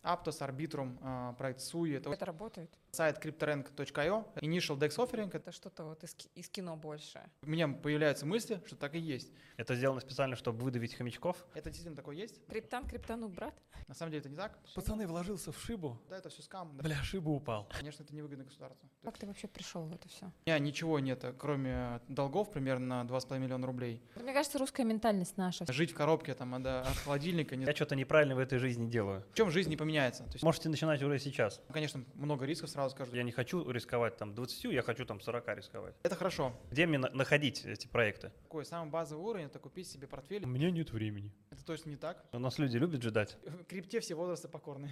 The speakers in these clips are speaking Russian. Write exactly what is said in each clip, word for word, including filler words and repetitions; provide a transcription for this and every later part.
Aptos, Arbitrum, а, проект Sui. Это, Это работает? сайт CryptoRank точка ай о, Initial Dex Offering. Это что-то вот из, из кино больше. У меня появляются мысли, что так и есть. Это сделано специально, чтобы выдавить хомячков? Это действительно такое есть. Криптан, криптану, брат? На самом деле это не так. Пацаны, вложился в шибу. Да, это все скам. Да. Бля, шиба упал. Конечно, это невыгодно государству. Как ты вообще пришел в это все? У меня ничего нет, кроме долгов примерно на два с половиной миллиона рублей. Мне кажется, русская ментальность наша. Жить в коробке там, от, от холодильника. Не... Я что-то неправильно в этой жизни делаю. В чем жизнь не поменяется? То есть, Можете начинать уже сейчас. конечно, много рисков, сразу скажу. Я не хочу рисковать там двадцатью, я хочу там сорока рисковать. Это хорошо. Где мне на- находить эти проекты? Такой самый базовый уровень — это купить себе портфель. У меня нет времени. Это точно не так. У нас люди любят ждать. В крипте все возрасты покорны.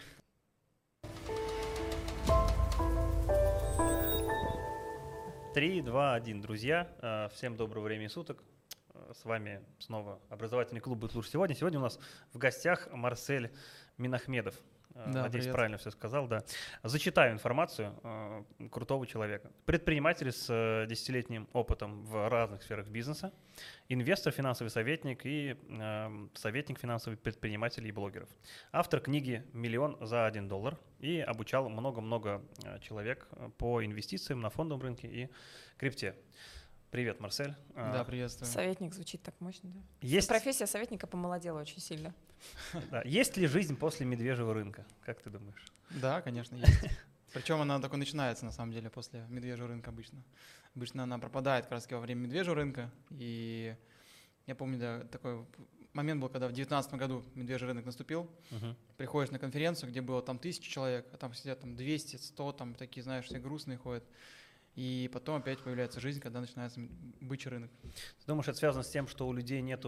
Три, два, один, друзья. Э, Всем доброго времени суток. Э, С вами снова образовательный клуб «Будет лучше сегодня». Сегодня у нас в гостях Марсель Минахмедов. Э, Да, Надеюсь, привет. правильно все сказал, да. Зачитаю информацию э, крутого человека. Предприниматель с э, десятилетним опытом в разных сферах бизнеса, инвестор, финансовый советник и э, советник финансовых предпринимателей и блогеров. Автор книги «Миллион за один доллар» и обучал много-много э, человек по инвестициям на фондовом рынке и крипте. Привет, Марсель. Да, А, приветствую. Советник звучит так мощно, да? Есть, Профессия советника помолодела очень сильно. да, есть ли жизнь после медвежьего рынка? Как ты думаешь? Да, конечно, есть. Причем она такой начинается, на самом деле, после медвежьего рынка обычно. Обычно она пропадает как раз во время медвежьего рынка. И я помню, да, такой момент был, когда в девятнадцатом году медвежий рынок наступил. Мгм. Приходишь на конференцию, где было там тысяча человек, а там сидят там двести, сто, там такие, знаешь, все грустные ходят. И потом опять появляется жизнь, когда начинается бычий рынок. Ты думаешь, это связано с тем, что у людей нет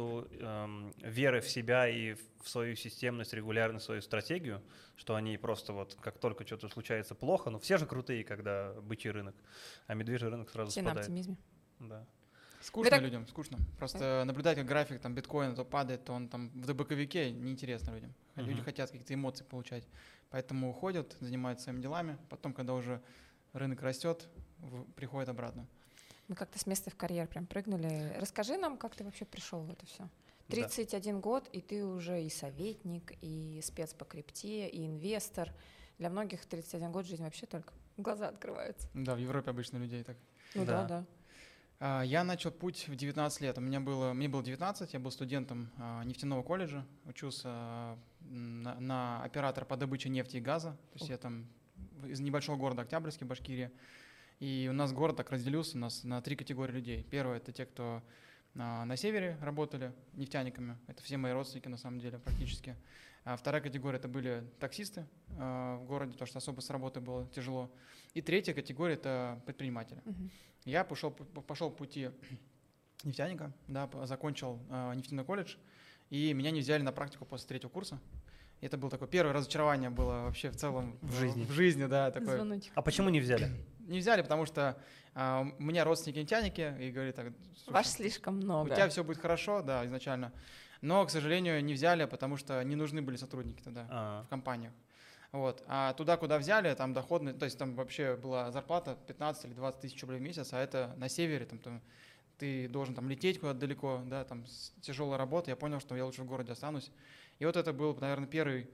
веры в себя и в свою системность, регулярность, свою стратегию, что они просто вот как только что-то случается плохо, ну все же крутые, когда бычий рынок, а медвежий рынок сразу Все на спадает. оптимизме. Да. Скучно так- людям, скучно. Просто наблюдать, как график там биткоина то падает, то он там в боковике, неинтересно людям. Мгм. Люди хотят какие-то эмоции получать. Поэтому уходят, занимаются своими делами. Потом, когда уже рынок растет, в- приходят обратно. Мы как-то с места в карьер прям прыгнули. Расскажи нам, как ты вообще пришел в это все. Да. тридцать один год, и ты уже и советник, и спец по крипте, и инвестор. Для многих тридцать один год жизнь вообще только глаза открываются. Да, в Европе обычно людей так. Ну Да. да, да. А, Я начал путь в девятнадцать лет. У меня было, мне было девятнадцать, я был студентом а, нефтяного колледжа, учился а, на, на оператора по добыче нефти и газа. То есть Ух. я там в- из небольшого города Октябрьский, Башкирия. И у нас город так разделился у нас на три категории людей. Первое — это те, кто а, на севере работали нефтяниками. Это все мои родственники на самом деле практически. А вторая категория — это были таксисты а, в городе, потому что особо с работы было тяжело. И третья категория — это предприниматели. Мгм. Я пошел, пошел по пути нефтяника, да, п- закончил э, нефтяной колледж, и меня не взяли на практику после третьего курса. И это было такое первое разочарование было вообще в целом В жизни. В жизни, да, такое. Звоночек. А почему не взяли? Не взяли, потому что а, у меня родственники нефтяники, и говорят так: «Слушай, Ваш слишком у много. тебя все будет хорошо, да, изначально. Но, к сожалению, не взяли, потому что не нужны были сотрудники тогда А, в компаниях. Вот. А туда, куда взяли, там доходный, то есть там вообще была зарплата пятнадцать или двадцать тысяч рублей в месяц, а это на севере, там, там ты должен там лететь куда-то далеко, да, там с тяжелой работой. Я понял, что я лучше в городе останусь. И вот это был, наверное, первый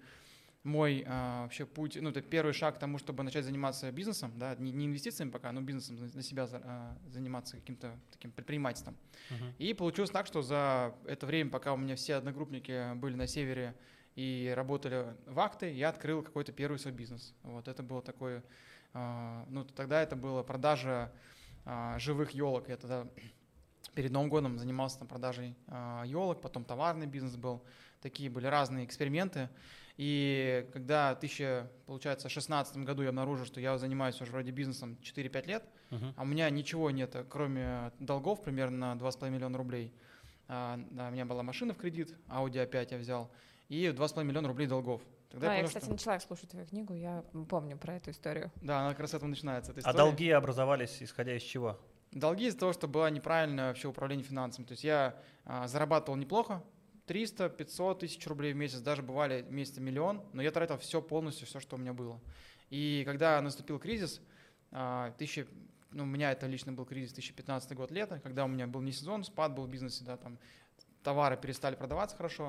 мой а, вообще путь, ну, это первый шаг к тому, чтобы начать заниматься бизнесом, да, не, не инвестициями пока, но бизнесом, на, на себя за- а, заниматься каким-то таким предпринимательством. мгм. И получилось так, что за это время, пока у меня все одногруппники были на севере и работали в акты, я открыл какой-то первый свой бизнес. Вот это было такое, а, ну тогда это была продажа а, живых елок. Я тогда перед Новым годом занимался там продажей а, елок, потом товарный бизнес был. Такие были разные эксперименты. И когда в две тысячи шестнадцатом году я обнаружил, что я занимаюсь уже вроде бизнесом четыре-пять лет, Мгм. а у меня ничего нет, кроме долгов примерно на два с половиной миллиона рублей. А, да, у меня была машина в кредит, Audi а пять я взял, и два с половиной миллиона рублей долгов. Тогда Да, я я, понял, кстати, что... начала слушать твою книгу, я помню про эту историю. Да, она как раз с этого начинается. эта А история. долги образовались исходя из чего? Долги из-за того, что было неправильное вообще управление финансами. То есть я а, зарабатывал неплохо, триста-пятьсот тысяч рублей в месяц, даже бывали месяцы миллион, но я тратил все полностью, все, что у меня было. И когда наступил кризис, а, тысяча, ну, у меня это лично был кризис две тысячи пятнадцатый год лето, когда у меня был не сезон, спад был в бизнесе, да, там товары перестали продаваться хорошо,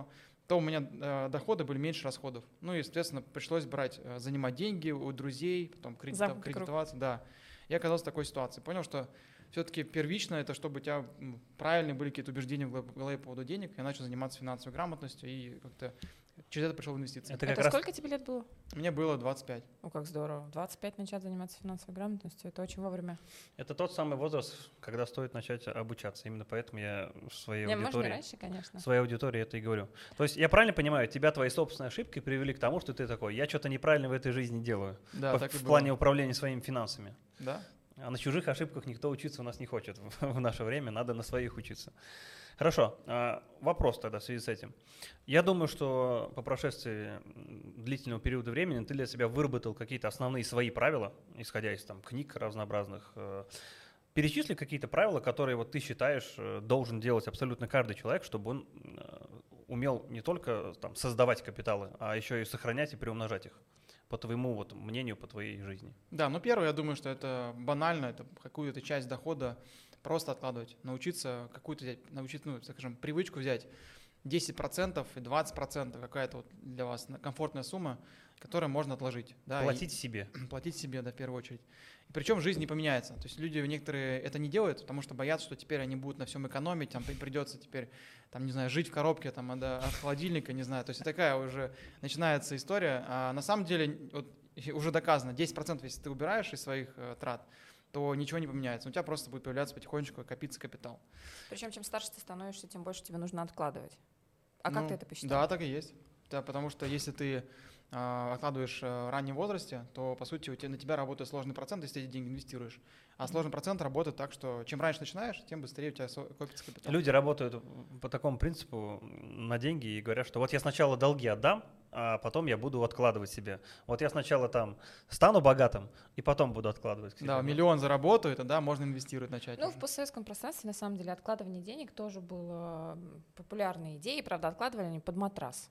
то у меня э, доходы были меньше расходов. Ну и, соответственно, пришлось брать, э, занимать деньги у друзей, потом кредитов, Замкнутый круг. кредитоваться. Да. Я оказался в такой ситуации. Понял, что все-таки первично это, чтобы у тебя м, правильные были какие-то убеждения в гла- в голове по поводу денег. Я начал заниматься финансовой грамотностью и как-то через это пришел в инвестиции. Это как Это раз сколько тебе лет было? Мне было двадцать пять. Ну, как здорово. В двадцать пять начать заниматься финансовой грамотностью. Это очень вовремя. это тот самый возраст, когда стоит начать обучаться. Именно поэтому я в своей Не, можно аудитории, раньше, конечно. своей аудитории это и говорю. То есть я правильно понимаю, тебя твои собственные ошибки привели к тому, что ты такой, я что-то неправильно в этой жизни делаю. Да, По- так и в было. плане управления своими финансами. Да? А на чужих ошибках никто учиться у нас не хочет в, в наше время, надо на своих учиться. Хорошо, а, вопрос тогда в связи с этим. Я думаю, что по прошествии м, длительного периода времени ты для себя выработал какие-то основные свои правила, исходя из там, книг разнообразных. э. Перечисли какие-то правила, которые вот ты считаешь э, должен делать абсолютно каждый человек, чтобы он э, умел не только там, создавать капиталы, а еще и сохранять и приумножать их, по твоему вот, мнению, по твоей жизни. Да, ну первое, я думаю, что это банально, это какую-то часть дохода просто откладывать, научиться какую-то взять, научиться, ну, скажем, привычку взять десять процентов и двадцать процентов, какая-то вот для вас комфортная сумма, которую можно отложить. Да, Платить себе. и платить себе, да, в первую очередь. И причем жизнь не поменяется. То есть люди некоторые это не делают, потому что боятся, что теперь они будут на всем экономить, там при- придется теперь, там, не знаю, жить в коробке там, от, от холодильника, не знаю. То есть такая уже начинается история. А на самом деле вот, уже доказано, десять процентов, если ты убираешь из своих э, трат, то ничего не поменяется. У тебя просто будет появляться потихонечку, копиться капитал. Причем, чем старше ты становишься, тем больше тебе нужно откладывать. А Ну, как ты это посчитал? Да, так и есть. Да, потому что если ты э, откладываешь э, в раннем возрасте, то, по сути, у тебя, на тебя работает сложный процент, если ты эти деньги инвестируешь. А сложный процент работает так, что чем раньше начинаешь, тем быстрее у тебя со- копится капитал. Люди работают по такому принципу на деньги и говорят, что вот я сначала долги отдам, а потом я буду откладывать себе. Вот я сначала там стану богатым, и потом буду откладывать к себе. Да, миллион заработаю, и тогда можно инвестировать начать. Ну, уже. в постсоветском пространстве, на самом деле, откладывание денег тоже было м, популярной идеей. Правда, откладывали они под матрас.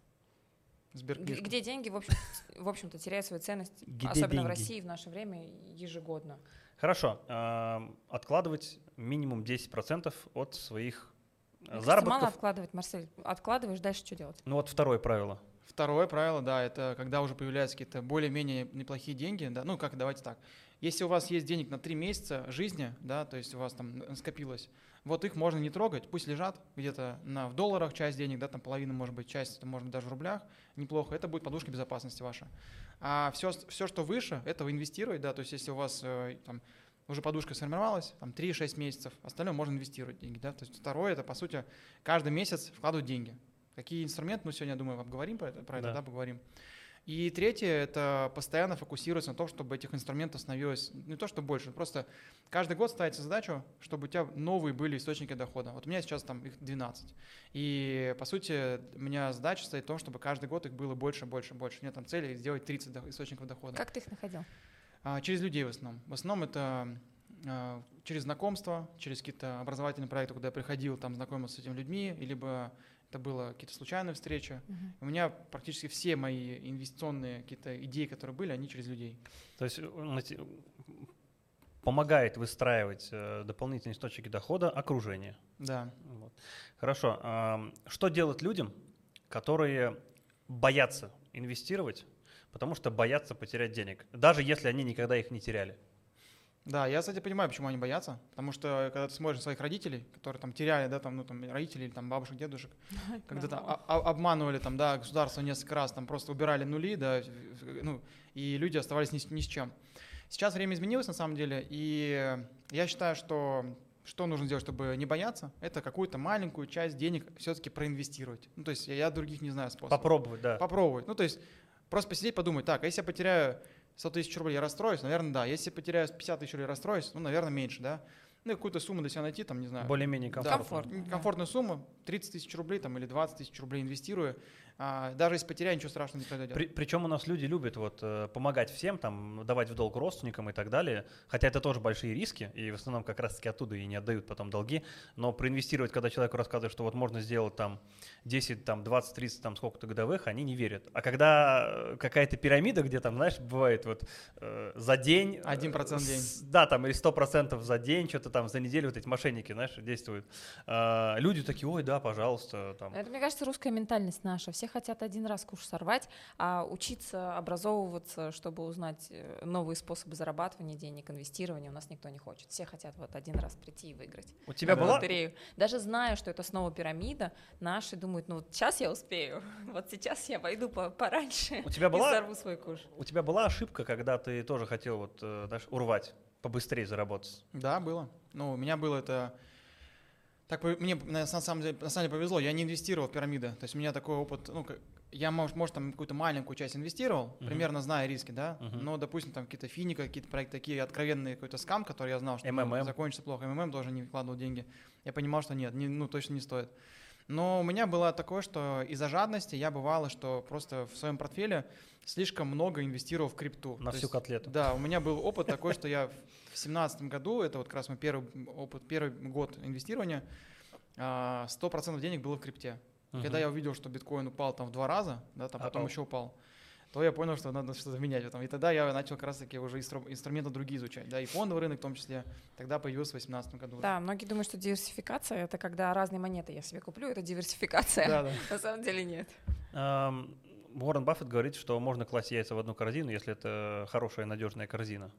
Г- Сберкнижка. Где деньги, в общем, в общем-то, теряют свою ценность, Где особенно в деньги? России в наше время, ежегодно. Хорошо. а, Откладывать минимум десять процентов от своих э, Мне кажется, заработков. мало откладывать, Марсель. Откладываешь, дальше что делать? Ну вот второе правило. Второе правило, да, это когда уже появляются какие-то более-менее неплохие деньги, да, ну как, давайте так, если у вас есть денег на три месяца жизни, да, то есть у вас там скопилось, вот их можно не трогать, пусть лежат где-то на, в долларах часть денег, да, там половина может быть, часть, это может быть даже в рублях, неплохо, это будет подушка безопасности ваша. А все, все что выше, это вы инвестируете, да, то есть если у вас э, там уже подушка сформировалась, там три-шесть месяцев, остальное можно инвестировать деньги, да, то есть второе, это по сути каждый месяц вкладывать деньги. Какие инструменты, ну, сегодня, я думаю, обговорим про это, про это, Да. да, поговорим. И третье, это постоянно фокусироваться на том, чтобы этих инструментов становилось не то, что больше, просто каждый год ставить задачу, чтобы у тебя новые были источники дохода. Вот у меня сейчас там их двенадцать. И, по сути, у меня задача стоит в том, чтобы каждый год их было больше, больше, больше. У меня там цель сделать тридцать до- источников дохода. Как ты их находил? А, через людей в основном. В основном это а, через знакомства, через какие-то образовательные проекты, куда я приходил, там знакомился с этими людьми, либо это было какие-то случайные встречи. Мгм. У меня практически все мои инвестиционные какие-то идеи, которые были, они через людей. То есть он эти- помогает выстраивать э, дополнительные источники дохода окружение. Да. Вот. Хорошо. ам, Что делать людям, которые боятся инвестировать, потому что боятся потерять денег, даже если они никогда их не теряли? Да, я, кстати, понимаю, почему они боятся, потому что когда ты смотришь на своих родителей, которые там теряли, да, там, ну, там, родителей, или, там, бабушек, дедушек, когда там а- а- обманывали, там, да, государство несколько раз, там, просто убирали нули, да, ну, и люди оставались ни с, ни с чем. Сейчас время изменилось, на самом деле, и я считаю, что что нужно сделать, чтобы не бояться, это какую-то маленькую часть денег все-таки проинвестировать. Ну, то есть я, я других не знаю способов. Попробовать, да. Попробовать. Ну, то есть просто посидеть, подумать, так, а если я потеряю сто тысяч рублей, я расстроюсь? Наверное, да. Если я потеряю пятьдесят тысяч рублей, расстроюсь? Ну, наверное, меньше, да. Ну, и какую-то сумму для себя найти, там, не знаю. Более-менее Да, комфортно. Комфортно. да. комфортную сумму, тридцать тысяч рублей там, или двадцать тысяч рублей инвестирую. А, даже если потеряю, ничего страшного не произойдет. При- причем у нас люди любят вот, э, помогать всем, там, давать в долг родственникам и так далее, хотя это тоже большие риски, и в основном как раз-таки оттуда и не отдают потом долги, но проинвестировать, когда человеку рассказывают, что вот можно сделать там десять, там, двадцать, тридцать, там, сколько-то годовых, они не верят. А когда э, какая-то пирамида, где там, знаешь, бывает вот э, за день... э, один процент в день. с- Да, там, или сто процентов за день, что-то что там за неделю вот эти мошенники, знаешь, действуют. А, люди такие, ой, да, пожалуйста. Там. Это, мне кажется, русская ментальность наша. Все хотят один раз куш сорвать, а учиться, образовываться, чтобы узнать новые способы зарабатывания денег, инвестирования, у нас никто не хочет. Все хотят вот один раз прийти и выиграть. У тебя на была? лотерею. Даже зная, что это снова пирамида, наши думают, ну вот сейчас я успею, вот сейчас я пойду по пораньше У тебя была? и сорву свой куш. У тебя была ошибка, когда ты тоже хотел вот, э, знаешь, урвать, побыстрее заработать? Да, было. Ну, у меня было это... Так, по- мне на на самом деле, на самом деле повезло, я не инвестировал в пирамиды. То есть у меня такой опыт, ну, как- я, может, может там какую-то маленькую часть инвестировал, Мгм. примерно зная риски, да, Мгм. но, допустим, там какие-то финика, какие-то проекты такие откровенные, какой-то скам, который я знал, что ну, эм эм эм. закончится плохо, эм эм эм тоже не вкладывал деньги. Я понимал, что нет, не- ну, точно не стоит. Но у меня было такое, что из-за жадности я бывало, что просто в своем портфеле слишком много инвестировал в крипту. На То всю есть, котлету. Да, у меня был опыт такой, что я в семнадцатом году, это вот как раз мой первый опыт, первый год инвестирования, а, сто процентов денег было в крипте. И Мгм. когда я увидел, что биткоин упал там в два раза, да, там потом А-ау. еще упал, то я понял, что надо что-то менять в этом. И тогда я начал как раз-таки уже инстру- инструменты другие изучать, да, и фондовый рынок в том числе. Тогда появился в восемнадцатом году. уже. Да, многие думают, что диверсификация — это когда разные монеты я себе куплю, это диверсификация. Да, да. На самом деле нет. Ам, Уоррен Баффет говорит, что можно класть яйца в одну корзину, если это хорошая надежная корзина.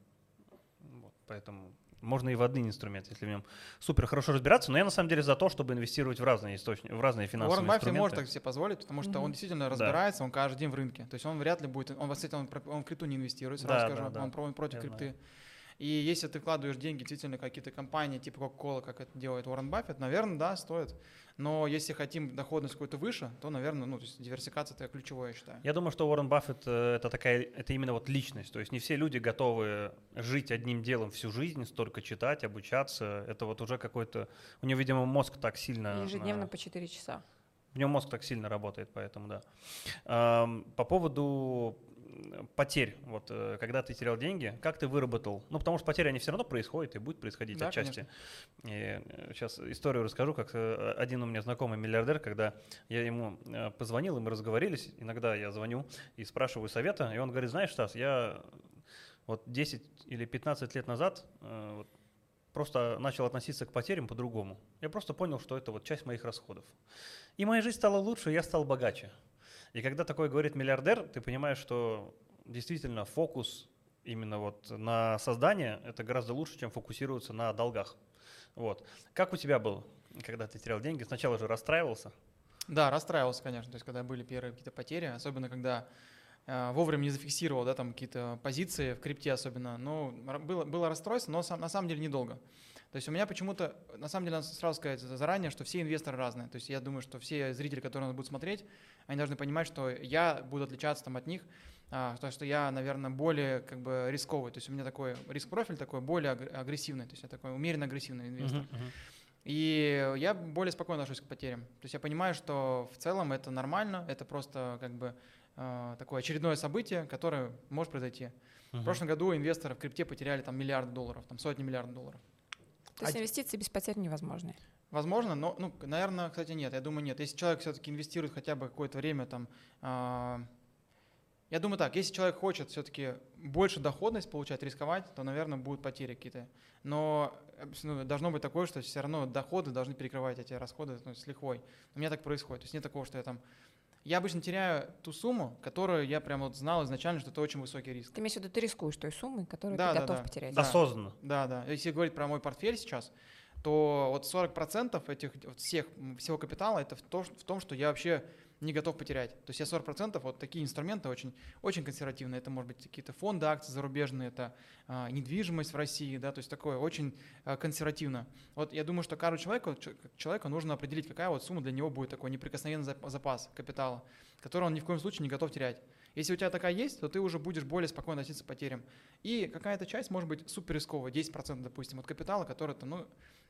Вот, поэтому можно и в один инструмент, если в нем супер хорошо разбираться. Но я на самом деле за то, чтобы инвестировать в разные источники, в разные финансовые Уоррен Баффет инструменты. может так себе позволить, потому что Мгм. он действительно разбирается, он каждый день в рынке. То есть он вряд ли будет, он, кстати, он, про- он в крипту не инвестирует, сразу Да, скажу, да, да. он про- против Я крипты. И если ты вкладываешь деньги действительно в какие-то компании типа Coca-Cola, как это делает Уоррен Баффет, наверное, да, стоит. Но если хотим доходность какую-то выше, то, наверное, ну, то есть диверсификация это ключевое, я считаю. Я думаю, что Уоррен Баффет э, это такая, это именно вот личность. То есть не все люди готовы жить одним делом всю жизнь, столько читать, обучаться. Это вот уже какой-то... У него, видимо, мозг так сильно... Ежедневно э, по четыре часа. У него мозг так сильно работает, поэтому да. Ам, По поводу потерь, вот э, когда ты терял деньги, как ты выработал? Ну, потому что потери, они все равно происходят и будут происходить Да, отчасти. И сейчас историю расскажу, как э, один у меня знакомый миллиардер, когда я ему э, позвонил, и мы разговорились, иногда я звоню и спрашиваю совета, и он говорит, знаешь, Стас, я вот десять или пятнадцать лет назад э, вот просто начал относиться к потерям по-другому. Я просто понял, что это вот часть моих расходов. И моя жизнь стала лучше, я стал богаче. И когда такое говорит миллиардер, ты понимаешь, что действительно фокус именно вот на создание – это гораздо лучше, чем фокусироваться на долгах. Вот. Как у тебя было, когда ты терял деньги? Сначала же расстраивался? Да, расстраивался, конечно, то есть когда были первые какие-то потери, особенно когда э, вовремя не зафиксировал, да, там какие-то позиции в крипте особенно, ну, р- было, было расстройство, но сам- на самом деле недолго. То есть у меня почему-то, на самом деле, надо сразу сказать заранее, что все инвесторы разные. То есть я думаю, что все зрители, которые нас будут смотреть, они должны понимать, что я буду отличаться там от них, а, то, что я, наверное, более как бы рисковый. То есть у меня такой риск-профиль такой более аг- агрессивный, то есть я такой умеренно агрессивный инвестор. Мгм, мгм. И я более спокойно отношусь к потерям. То есть я понимаю, что в целом это нормально, это просто как бы э, такое очередное событие, которое может произойти. В Мгм. прошлом году инвесторы в крипте потеряли там миллиарды долларов, там сотни миллиардов долларов. То есть Один- инвестиции без потерь невозможны. Возможно, но, ну, наверное, кстати, нет. Я думаю, нет. Если человек все-таки инвестирует хотя бы какое-то время, там, а, я думаю так, если человек хочет все-таки больше доходность получать, рисковать, то, наверное, будут потери какие-то. Но э, ну, должно быть такое, что все равно доходы должны перекрывать эти расходы, ну, с лихвой. У меня так происходит. То есть нет такого, что я там... Я обычно теряю ту сумму, которую я прям вот знал изначально, что это очень высокий риск. Ты имеешь в виду, ты рискуешь той суммой, которую Да, ты да, готов да. потерять. Да. Осознанно. Да, да. Если говорить про мой портфель сейчас, то вот сорок процентов этих вот всех, м, всего капитала это в, то, в том, что я вообще не готов потерять. То есть я сорок процентов вот такие инструменты очень, очень консервативные. Это может быть какие-то фонды, акции зарубежные, это а, недвижимость в России, да, то есть такое очень а, консервативно. Вот я думаю, что каждому человеку, ч- человеку нужно определить, какая вот сумма для него будет такой неприкосновенный зап- запас капитала, который он ни в коем случае не готов терять. Если у тебя такая есть, то ты уже будешь более спокойно относиться к потерям. И какая-то часть может быть супер рисковая, десять процентов, допустим, от капитала, который ты, ну,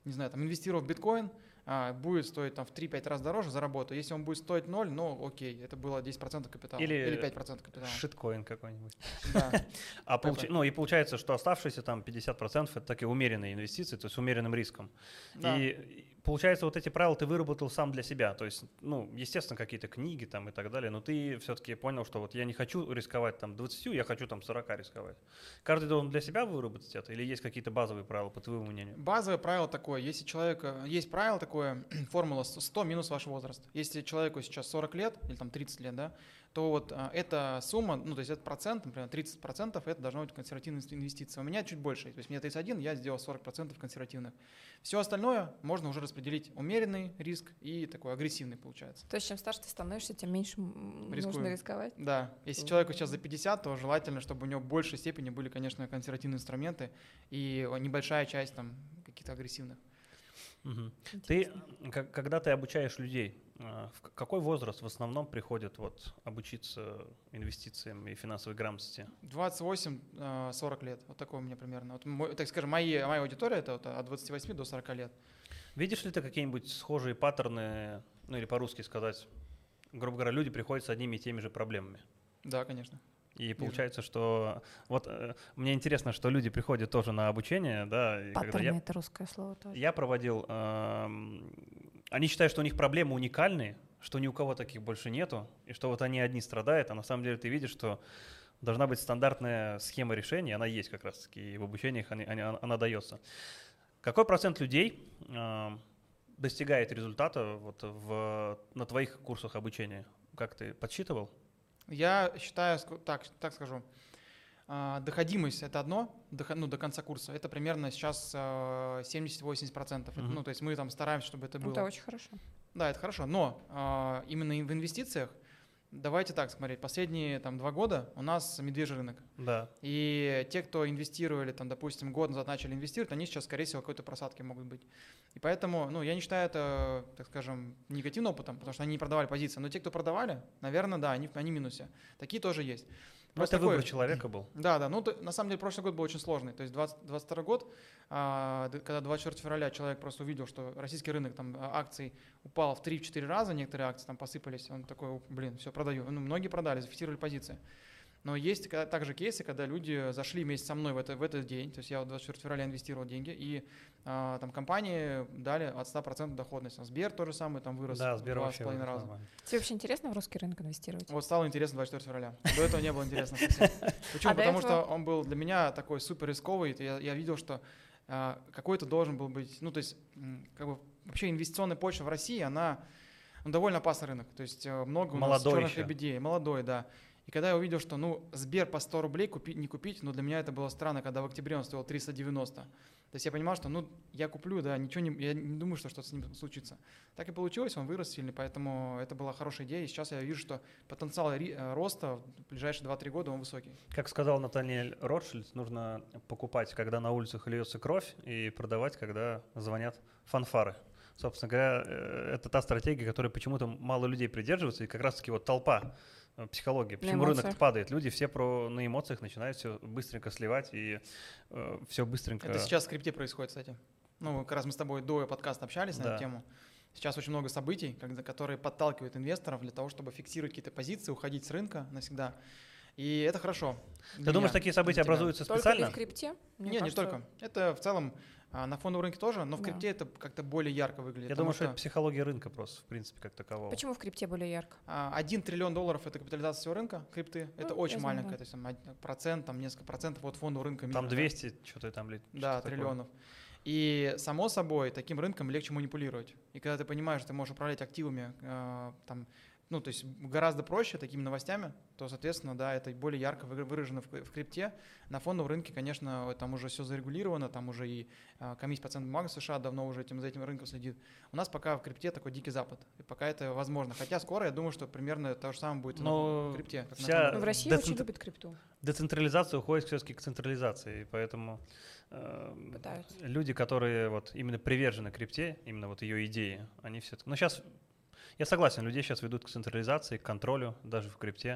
не знаю, там инвестировал в биткоин, а, будет стоить там в три-пять раз дороже, заработаю. Если он будет стоить ноль, ну окей, это было десять процентов капитала. Или, Или пять процентов капитала. Шиткоин какой-нибудь. Да. А получ- ну и получается, что оставшиеся там пятьдесят процентов это такие умеренные инвестиции, то есть с умеренным риском. Да. И получается, вот эти правила ты выработал сам для себя. То есть, ну, естественно, какие-то книги там и так далее, но ты все-таки понял, что вот я не хочу рисковать там двадцатью, я хочу там сорока рисковать. Каждый должен для себя выработать это или есть какие-то базовые правила, по твоему мнению? Базовое правило такое, если человека, есть правило такое, формула сто минус ваш возраст. Если человеку сейчас сорок лет или там тридцать лет, да, то вот а, эта сумма, ну то есть этот процент, например, тридцать процентов, это должна быть консервативная инвестиция. У меня чуть больше, то есть мне тридцать один, я сделал сорок процентов консервативных. Все остальное можно уже распределить умеренный риск и такой агрессивный получается. То есть чем старше ты становишься, тем меньше м, Рискуем. нужно рисковать? Да, если человеку сейчас за пятьдесят, то желательно, чтобы у него в большей степени были, конечно, консервативные инструменты и небольшая часть там каких-то агрессивных. Угу. Ты, к- когда ты обучаешь людей, а, в к- какой возраст в основном приходит вот обучиться инвестициям и финансовой грамотности? двадцать восемь сорок лет, вот такое у меня примерно. Вот мой, так скажем, мои, моя аудитория это вот от двадцати восьми до сорока лет. Видишь ли ты какие-нибудь схожие паттерны, ну или по-русски сказать, грубо говоря, люди приходят с одними и теми же проблемами? Да, конечно. И получается, что вот э, мне интересно, что люди приходят тоже на обучение, да, и когда Паттерны — я, это русское слово тоже. я проводил, эм, они считают, что у них проблемы уникальные, что ни у кого таких больше нету, и что вот они одни страдают, а на самом деле ты видишь, что должна быть стандартная схема решения, она есть как раз-таки, и в обучениях они- они- она дается. Какой процент людей эм, достигает результата вот в, на твоих курсах обучения? Как ты подсчитывал? Я считаю, ск- так, так скажу, а, доходимость это одно, дохо- ну, до конца курса, это примерно сейчас а, семьдесят-восемьдесят процентов. Это, Мгм. Ну, то есть мы там стараемся, чтобы это было. Это очень хорошо. Да, это хорошо, но а, именно и в инвестициях, давайте так смотреть, последние там два года у нас медвежий рынок. Да. И те, кто инвестировали, там, допустим, год назад начали инвестировать, они сейчас, скорее всего, какой-то просадки могут быть. И поэтому, ну, я не считаю это, так скажем, негативным опытом, потому что они не продавали позиции. Но те, кто продавали, наверное, да, они, они в минусе. Такие тоже есть. Ну, Просто это такой- выбор человека был. Да, да. Ну, т- на самом деле, прошлый год был очень сложный. То есть двадцать двадцать второй год, а, д- когда двадцать четвёртого февраля человек просто увидел, что российский рынок там а, акций упал в три-четыре раза, некоторые акции там посыпались, он такой, блин, все, продаю. Ну, многие продали, зафиксировали позиции. Но есть когда- также кейсы, когда люди зашли вместе со мной в, это, в этот день, то есть я вот двадцать четвёртого февраля инвестировал деньги, и а, там компании дали от ста процентов доходность. А Сбер тоже самое там вырос Да, в Сбер два с вообще половиной вырос раза. нормально. Тебе вообще интересно в русский рынок инвестировать? Вот стало интересно двадцать четвёртого февраля. До этого не было интересно совсем. Почему? А до Потому этого? что он был для меня такой супер рисковый. Я, я видел, что а, какой-то должен был быть, ну то есть м, как бы вообще инвестиционная почва в России, она ну, довольно опасный рынок. То есть э, много у Молодой нас черных еще. лебедей, молодой, да. И когда я увидел, что ну Сбер по сто рублей купить, не купить, но для меня это было странно, когда в октябре он стоил триста девяносто. То есть я понимал, что ну я куплю, да, ничего не, я не думаю, что что-то с ним случится. Так и получилось, он вырос сильно, поэтому это была хорошая идея. И сейчас я вижу, что потенциал ри- э, роста в ближайшие два-три года он высокий. Как сказал Натаниэль Ротшильд, нужно покупать, когда на улицах льется кровь, и продавать, когда звонят фанфары. Собственно говоря, э, это та стратегия, которой почему-то мало людей придерживаются, и как раз-таки вот толпа, э, психология. Почему рынок эмоциях. падает? Люди все про, на эмоциях начинают все быстренько сливать, и э, все быстренько... Это сейчас в крипте происходит, кстати. Ну, как раз мы с тобой до подкаста общались на Да. эту тему. Сейчас очень много событий, когда, которые подталкивают инвесторов для того, чтобы фиксировать какие-то позиции, уходить с рынка навсегда. И это хорошо. Ты для думаешь, меня, такие события для тебя. образуются Только ли специально? в крипте? Мне Не, не кажется, только. Это в целом а, на фондовом рынке тоже, но в Да. крипте это как-то более ярко выглядит. Я потому думаю, что это психология рынка просто, в принципе, как такового. Почему в крипте более ярко? а, один триллион долларов — это капитализация всего рынка крипты. Это Ну, очень я знаю, маленькая, да. то есть там один процент, там несколько процентов от фондового рынка мира. Там да. двести, что-то там... ли- Да, что-то такое. триллионов. И само собой таким рынком легче манипулировать. И когда ты понимаешь, что ты можешь управлять активами, э, там, ну, то есть гораздо проще такими новостями, то, соответственно, да, это более ярко вы- выражено в, в крипте. На фондовом рынке, конечно, там уже все зарегулировано, там уже и э, комиссия по ценным бумагам США давно уже этим, за этим рынком следит. У нас пока в крипте такой дикий запад, и пока это возможно. Хотя скоро, я думаю, что примерно то же самое будет и Но на крипте. как на вся- фондовом Ну, в рынке. России децентр- очень любят крипту. Децентрализация уходит все-таки к централизации, и поэтому э, Пытаются. люди, которые вот именно привержены крипте, именно вот ее идее, они все-таки... Ну, сейчас, Я согласен, людей сейчас ведут к централизации, к контролю, даже в крипте.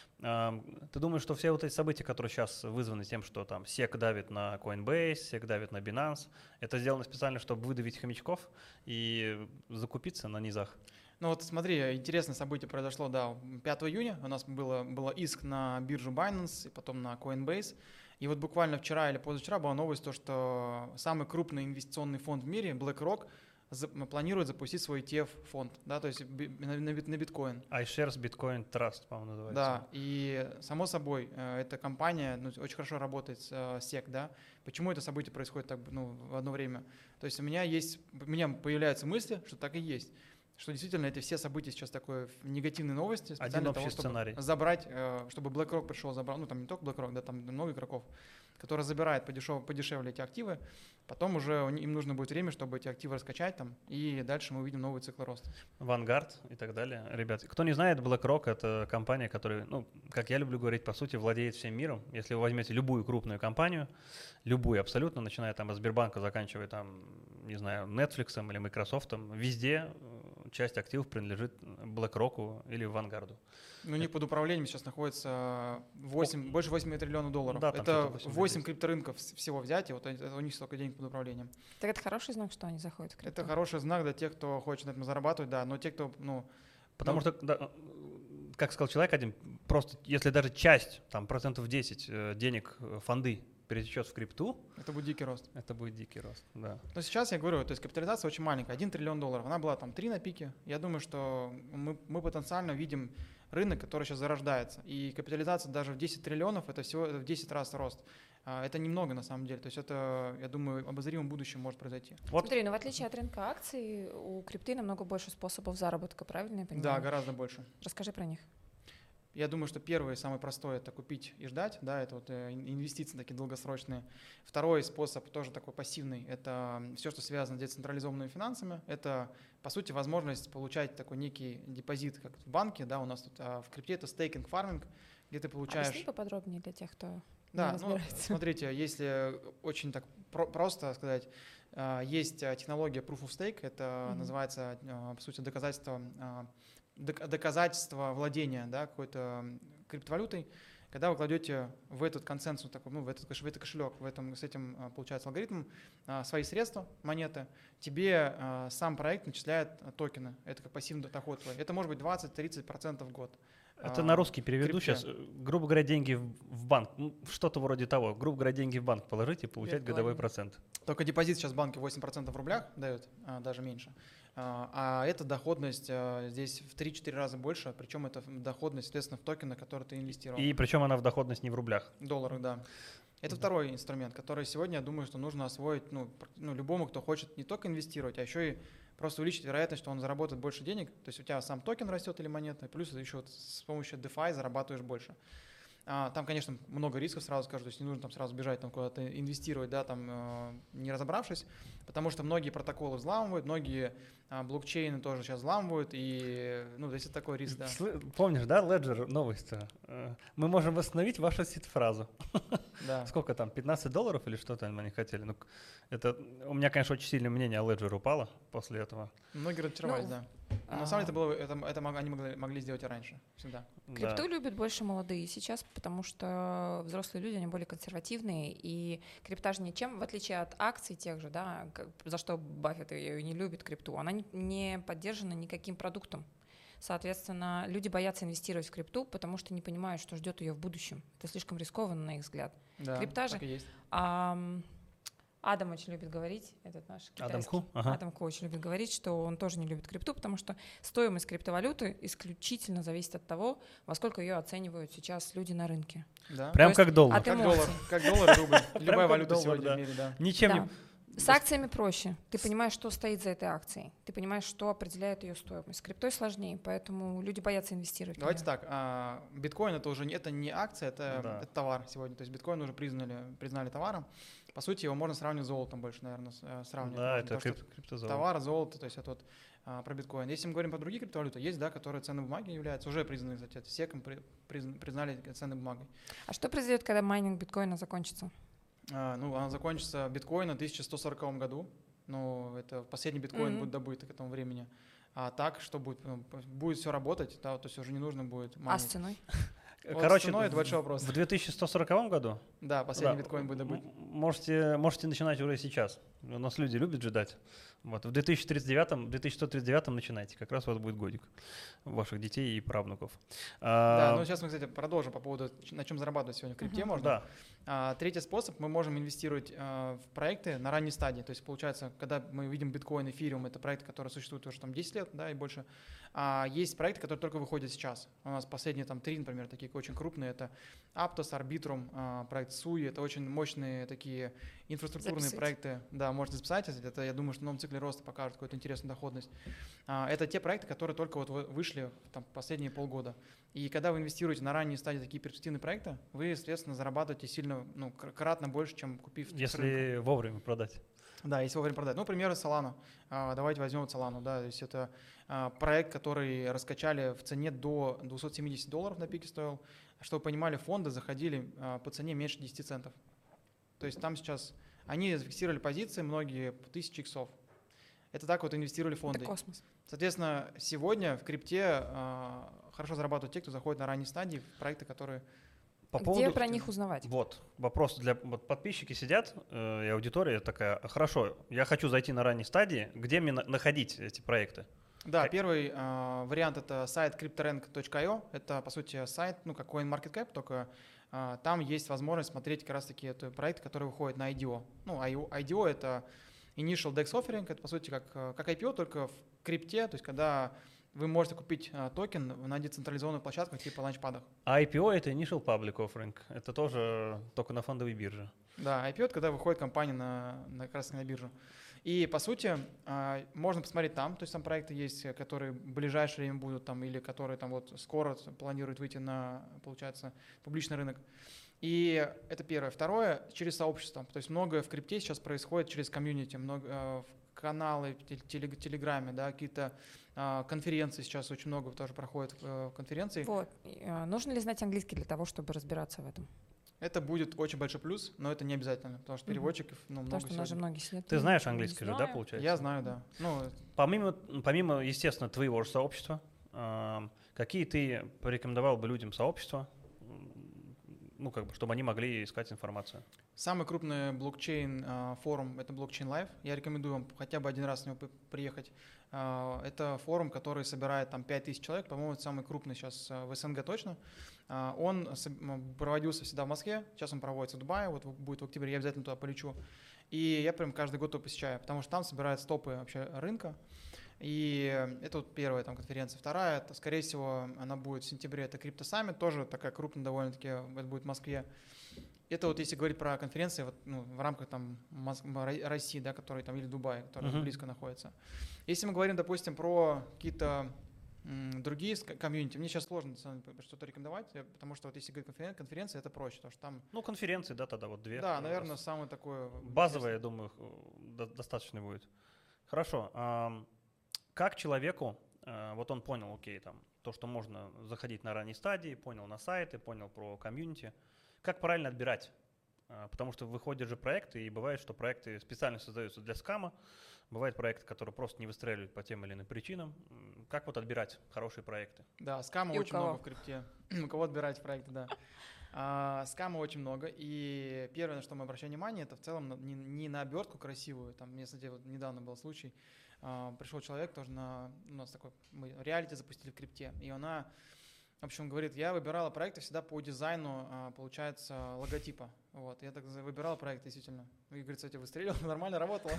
А, Ты думаешь, что все вот эти события, которые сейчас вызваны тем, что там сек давит на Coinbase, сек давит на Binance, это сделано специально, чтобы выдавить хомячков и закупиться на низах? Ну вот смотри, интересное событие произошло, да, пятого июня у нас было, было иск на биржу Binance и потом на Coinbase. И вот буквально вчера или позавчера была новость, то, что самый крупный инвестиционный фонд в мире, BlackRock, за, планирует запустить свой и ти эф-фонд, да, то есть би, на, на, на биткоин. iShares Bitcoin Trust, по-моему, называется. Да, и само собой, э, эта компания ну, очень хорошо работает с э, сек, да. Почему это событие происходит так, ну, в одно время? То есть у меня есть, у меня появляются мысли, что так и есть. Что действительно эти все события сейчас такое негативные новости специально для того, чтобы сценарий. забрать, чтобы BlackRock пришел забрал, ну там не только BlackRock, да, там много игроков, которые забирают подешев, подешевле эти активы, потом уже им нужно будет время, чтобы эти активы раскачать там, и дальше мы увидим новый цикл роста. Vanguard и так далее. Ребят, кто не знает, BlackRock — это компания, которая, ну, как я люблю говорить, по сути, владеет всем миром. Если вы возьмете любую крупную компанию, любую абсолютно, начиная там от Сбербанка, заканчивая там, не знаю, Netflix или Microsoft, везде часть активов принадлежит BlackRock или Vanguard. Ну, у них под управлением сейчас находится восемь, больше восемь триллионов долларов. Да, это восемь крипторынков всего взять, и вот это, у них столько денег под управлением. Так это хороший знак, что они заходят в крипту? Это хороший знак для тех, кто хочет на этом зарабатывать, да, но те, кто, ну... Потому ну, что, да, как сказал человек один, просто если даже часть, там, процентов десять денег фонды перетечет в крипту, это будет дикий рост. Это будет дикий рост, да. Но сейчас я говорю, то есть капитализация очень маленькая, один триллион долларов. Она была там три на пике. Я думаю, что мы, мы потенциально видим рынок, который сейчас зарождается. И капитализация даже в десять триллионов, это всего в десять раз рост. Это немного на самом деле. То есть это, я думаю, в обозримом будущем может произойти. Вот. Смотри, ну в отличие от рынка акций, у крипты намного больше способов заработка, правильно я понимаю? Да, гораздо больше. Расскажи про них. Я думаю, что первый, самый простой, это купить и ждать, да, это вот инвестиции такие долгосрочные. Второй способ, тоже такой пассивный, это все, что связано с децентрализованными финансами. Это, по сути, возможность получать такой некий депозит, как в банке, да, у нас тут а в крипте это стейкинг, фарминг, где ты получаешь... Объясни поподробнее для тех, кто да, не разбирается. Ну, смотрите, если очень так про- просто сказать, есть технология Proof of Stake, это mm-hmm. называется, по сути, доказательство... доказательство владения, да, какой-то криптовалютой, когда вы кладете в этот консенсус, такой, ну, в, этот, в этот кошелек, в этом, с этим получается алгоритм, свои средства, монеты, тебе сам проект начисляет токены. Это как пассивный доход твой. Это может быть двадцать-тридцать процентов в год. Это на русский переведу сейчас. Грубо говоря, деньги в банк, ну, что-то вроде того. Грубо говоря, деньги в банк положить и получать Прикольно. годовой процент. Только депозит сейчас в банке восемь процентов в рублях дает, даже меньше. А эта доходность здесь в три-четыре раза больше, причем это доходность, соответственно, в токены, которые ты инвестировал. И причем она в доходность не в рублях. В долларах, да. Это да. Второй инструмент, который сегодня, я думаю, что нужно освоить ну, ну, любому, кто хочет не только инвестировать, а еще и просто увеличить вероятность, что он заработает больше денег. То есть у тебя сам токен растет или монета, плюс еще вот с помощью DeFi зарабатываешь больше. А, там, конечно, много рисков, сразу скажу, то есть не нужно там сразу бежать там куда-то инвестировать, да, там э, не разобравшись, потому что многие протоколы взламывают, многие э, блокчейны тоже сейчас взламывают, и, ну, здесь такой риск, да. Помнишь, да, Ledger новость? Мы можем восстановить вашу сид-фразу. Да. Сколько там, пятнадцать долларов или что-то они хотели? Ну, это, у меня, конечно, очень сильное мнение о Ledger упало после этого. Многие разочаровались, ну, да. Но на самом деле это, было, это, это они могли, могли сделать и раньше, всегда. Крипту да. любят больше молодые сейчас, потому что взрослые люди, они более консервативные, и крипта же ничем, в отличие от акций тех же, да, за что Баффет ее не любит крипту, она не поддержана никаким продуктом. Соответственно, люди боятся инвестировать в крипту, потому что не понимают, что ждет ее в будущем. Это слишком рискованно, на их взгляд. Да, Крипта же... так и есть. А, Адам очень любит говорить, этот наш китайский. Адам Ку? Ага. Адам Ку очень любит говорить, что он тоже не любит крипту, потому что стоимость криптовалюты исключительно зависит от того, во сколько ее оценивают сейчас люди на рынке. Да. Прям как доллар. Как доллар, как доллар и рубль. Любая валюта доллар, сегодня да. в мире, да. Ничем Да. не... С акциями проще. Ты понимаешь, что стоит за этой акцией. Ты понимаешь, что определяет ее стоимость. С криптой сложнее, поэтому люди боятся инвестировать. Давайте так. А, биткоин это уже не, это не акция, это, Да. это товар сегодня. То есть биткоин уже признали, признали товаром. По сути, его можно сравнивать с золотом больше, наверное, сравнивать. Да, это Потому что крип- криптозолото. Товар, золото, то есть это вот а, про биткоин. Если мы говорим про другие криптовалюты, есть, да, которые ценной бумаги являются, уже признаны, кстати, это секом при, призна- признали ценной бумагой. А что произойдет, когда майнинг биткоина закончится? А, ну, она закончится биткоина в тысяча сто сороковом году. Ну, это последний биткоин Мгм. будет добыт к этому времени. а так, что будет, ну, будет все работать, да, то есть уже не нужно будет А майнить. с ценой? Вот Короче, с ценой это в- большой вопрос. В две тысячи сто сороковом году Да, последний да, биткоин будет добыть. м- можете, можете начинать уже сейчас. У нас люди любят ждать. Вот, в две тысячи тридцать девятом, две тысячи сто тридцать девятом начинайте. Как раз у вас будет годик ваших детей и правнуков. Да, А, ну сейчас мы, кстати, продолжим по поводу, ч- на чем зарабатывать сегодня в крипте Мгм. можно. да. А, третий способ, мы можем инвестировать а, в проекты на ранней стадии. То есть получается, когда мы видим биткоин, эфириум, это проекты, которые существуют уже там десять лет, да, и больше. А есть проекты, которые только выходят сейчас. У нас последние там три, например, такие очень крупные. Это Aptos, Arbitrum, а, проект Суи. Это очень мощные такие инфраструктурные Записывайте. проекты. Да, можете записать. Это, я думаю, что в новом цикле роста покажет какую-то интересную доходность. А, это те проекты, которые только вот вы- вышли там последние полгода. И когда вы инвестируете на ранней стадии такие перспективные проекты, вы, соответственно, зарабатываете сильно, ну, кр- кратно больше, чем купив с рынка. Если вовремя продать. Да, если вовремя продать. Ну, примеры Solana. А, Давайте возьмем вот Solana. Да, то есть это а, проект, который раскачали в цене до двухсот семидесяти долларов на пике стоил. Чтобы вы понимали, фонды заходили а, по цене меньше десяти центов. То есть там сейчас они зафиксировали позиции, многие по тысяче иксов. Это так вот инвестировали фонды. Это космос. Соответственно, сегодня в крипте а, хорошо зарабатывают те, кто заходит на ранней стадии в проекты, которые… По Где поводу, про них узнавать? Вот, вопрос для вот подписчики сидят, э, и аудитория такая, хорошо, я хочу зайти на ранней стадии, где мне на- находить эти проекты? Да, Как- первый а, вариант — это сайт cryptorank точка ай о. Это, по сути, сайт, ну, как CoinMarketCap, только а, там есть возможность смотреть как раз-таки это проекты, которые выходят на ай ди о. Ну, ай ди о — это Initial Dex Offering, это, по сути, как, а, как ай пи о, только в крипте, то есть когда вы можете купить а, токен на децентрализованных площадках типа ланчпадах. А ай пи о — это Initial Public Offering, это тоже только на фондовой бирже. Да, ай пи о — это когда выходит компания на, на, как раз на биржу. И, по сути, а, можно посмотреть там, то есть там проекты есть, которые в ближайшее время будут там, или которые там вот скоро планируют выйти на, получается, публичный рынок. И это первое. Второе, через сообщество. То есть многое в крипте сейчас происходит через комьюнити, много, э, каналы в тел- телег- телеграме, да, какие-то а, конференции сейчас очень много тоже проходит э, конференций. Вот. И, а, нужно ли знать английский для того, чтобы разбираться в этом? Это будет очень большой плюс, но это не обязательно, потому что Мгм. переводчиков ну, много Потому что у нас же сегодня. многие сидят. Ты «Я знаешь ничего не английский же, да, знаю». получается? Я знаю, да. Ну, Помимо, помимо, естественно, твоего же сообщества, эм, какие ты порекомендовал бы людям сообщества, м, ну, как бы, чтобы они могли искать информацию? самый крупный блокчейн а, форум — это Blockchain Live. Я рекомендую вам хотя бы один раз на него п- приехать. А, Это форум, который собирает там пять тысяч человек, по-моему, это самый крупный сейчас а, в СНГ точно. А, Он с- м, проводился всегда в Москве, сейчас он проводится в Дубае, вот в- будет в октябре, я обязательно туда полечу. И я прям каждый год его посещаю, потому что там собираются топы вообще рынка. И это вот первая там конференция. Вторая, это, скорее всего, она будет в сентябре, это Crypto Summit, тоже такая крупная довольно-таки, это будет в Москве. Это вот если говорить про конференции вот, ну, в рамках там Мос- Ро- России, да, которые там, или Дубая, которые Мгм. близко находятся. Если мы говорим, допустим, про какие-то м, другие ск- комьюнити, мне сейчас сложно на самом деле, что-то рекомендовать, э, потому что вот если говорить конферен- конференции, это проще, потому что там, Ну, конференции, да, тогда вот две. да, э, наверное, с- самое такое… Базовое, я думаю, э, до- достаточно будет. Хорошо. ам, Как человеку, э, вот он понял, окей, там, то, что можно заходить на ранней стадии, понял на сайты, понял про комьюнити, как правильно отбирать? Э, Потому что выходят же проекты, и бывает, что проекты специально создаются для скама, бывают проекты, которые просто не выстреливают по тем или иным причинам. М, Как вот отбирать хорошие проекты? Да, скама И у очень кого? много в крипте. У кого отбирать проекты, да. А, скама очень много. И первое, на что мы обращаем внимание, это в целом на- не, не на обертку красивую. Там, мне, кстати, вот недавно был случай. а, пришел человек тоже на… У нас такой… Мы реалити запустили в крипте. И она, в общем, говорит, я выбирала проекты всегда по дизайну, а, получается, логотипа. Вот. Я так за- выбирала проект, действительно. И, говорит, кстати, выстрелил, нормально работало.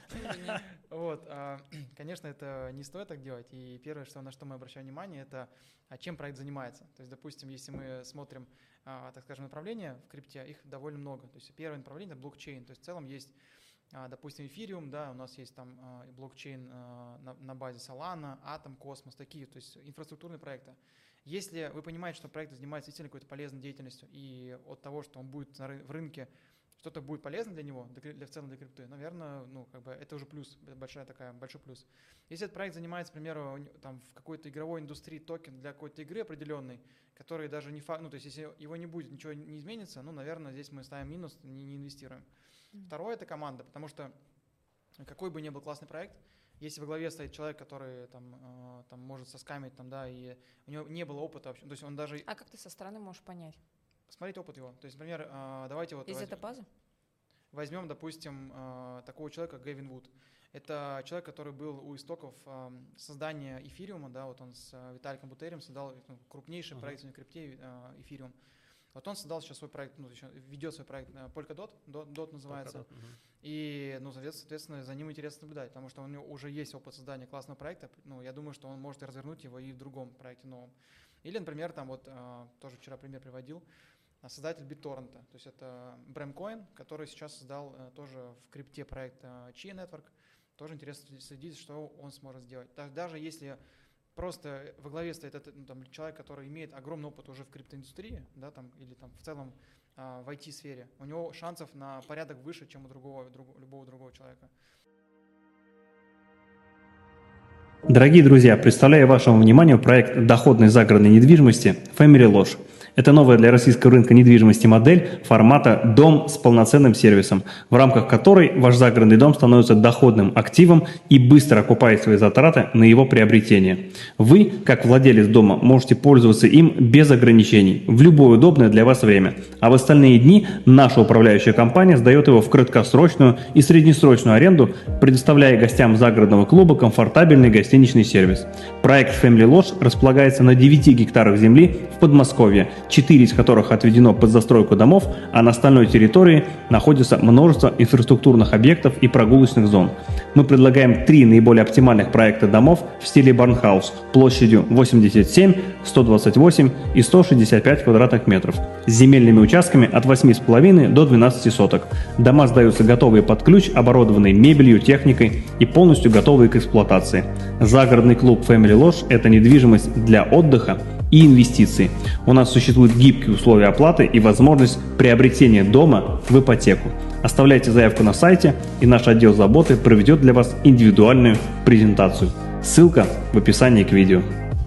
Вот, а, конечно, это не стоит так делать. И первое, что, на что мы обращаем внимание, это а чем проект занимается. То есть, допустим, если мы смотрим, а, так скажем, направления в крипте, их довольно много. То есть первое направление — это блокчейн. То есть в целом есть, а, допустим, эфириум, да, у нас есть там а, и блокчейн а, на, на базе Solana, Atom, Cosmos, такие, то есть инфраструктурные проекты. Если вы понимаете, что проект занимается действительно какой-то полезной деятельностью, и от того, что он будет на ры- в рынке, что-то будет полезно для него, для, кри- для в целом для крипты, наверное, ну, как бы это уже плюс, это большая такая, большой плюс. Если этот проект занимается, к примеру, у него там в какой-то игровой индустрии токен для какой-то игры определенной, который даже не факт, ну, то есть если его не будет, ничего не изменится, ну, наверное, здесь мы ставим минус, не, не инвестируем. Мгм. Второе — это команда, потому что какой бы ни был классный проект, если во главе стоит человек, который там, э, там может соскамить, там, да, и у него не было опыта вообще, то есть он даже… А как ты со стороны можешь понять? Посмотреть опыт его. То есть, например, э, давайте вот… Из возьмем, этой базы? возьмем, допустим, э, такого человека, Гэвин Вуд. Это человек, который был у истоков э, создания эфириума, да, вот он с э, Виталиком Бутерием создал ну, крупнейший uh-huh. проект на крипте э, эфириум. Вот он создал сейчас свой проект, ну, еще ведет свой проект э, Polkadot, Dot, Dot называется. Polkadot, uh-huh. И, ну, соответственно, за ним интересно наблюдать, потому что у него уже есть опыт создания классного проекта. Ну, я думаю, что он может развернуть его и в другом проекте новом. Или, например, там вот э, тоже вчера пример приводил, создатель BitTorrent. То есть это Bram Cohen, который сейчас создал э, тоже в крипте проект э, Chia Network. Тоже интересно следить, что он сможет сделать. Даже если просто во главе стоит этот, ну, там, человек, который имеет огромный опыт уже в криптоиндустрии, да, там, или там, в целом а, в ай ти-сфере, у него шансов на порядок выше, чем у другого, друг, любого другого человека. Дорогие друзья, представляю вашему вниманию проект доходной загородной недвижимости Family Lodge. Это новая для российского рынка недвижимости модель формата «дом с полноценным сервисом», в рамках которой ваш загородный дом становится доходным активом и быстро окупает свои затраты на его приобретение. Вы, как владелец дома, можете пользоваться им без ограничений, в любое удобное для вас время. А в остальные дни наша управляющая компания сдает его в краткосрочную и среднесрочную аренду, предоставляя гостям загородного клуба комфортабельный гостиничный сервис. Проект Family Lodge располагается на девяти гектарах земли в Подмосковье, четыре из которых отведено под застройку домов, а на остальной территории находится множество инфраструктурных объектов и прогулочных зон. Мы предлагаем три наиболее оптимальных проекта домов в стиле Барнхаус площадью восемьдесят семь, сто двадцать восемь и сто шестьдесят пять квадратных метров с земельными участками от восьми с половиной до двенадцати соток. Дома сдаются готовые под ключ, оборудованные мебелью, техникой и полностью готовые к эксплуатации. Загородный клуб Family Lodge – это недвижимость для отдыха и инвестиций. У нас существуют гибкие условия оплаты и возможность приобретения дома в ипотеку. Оставляйте заявку на сайте, и наш отдел заботы проведет для вас индивидуальную презентацию. Ссылка в описании к видео.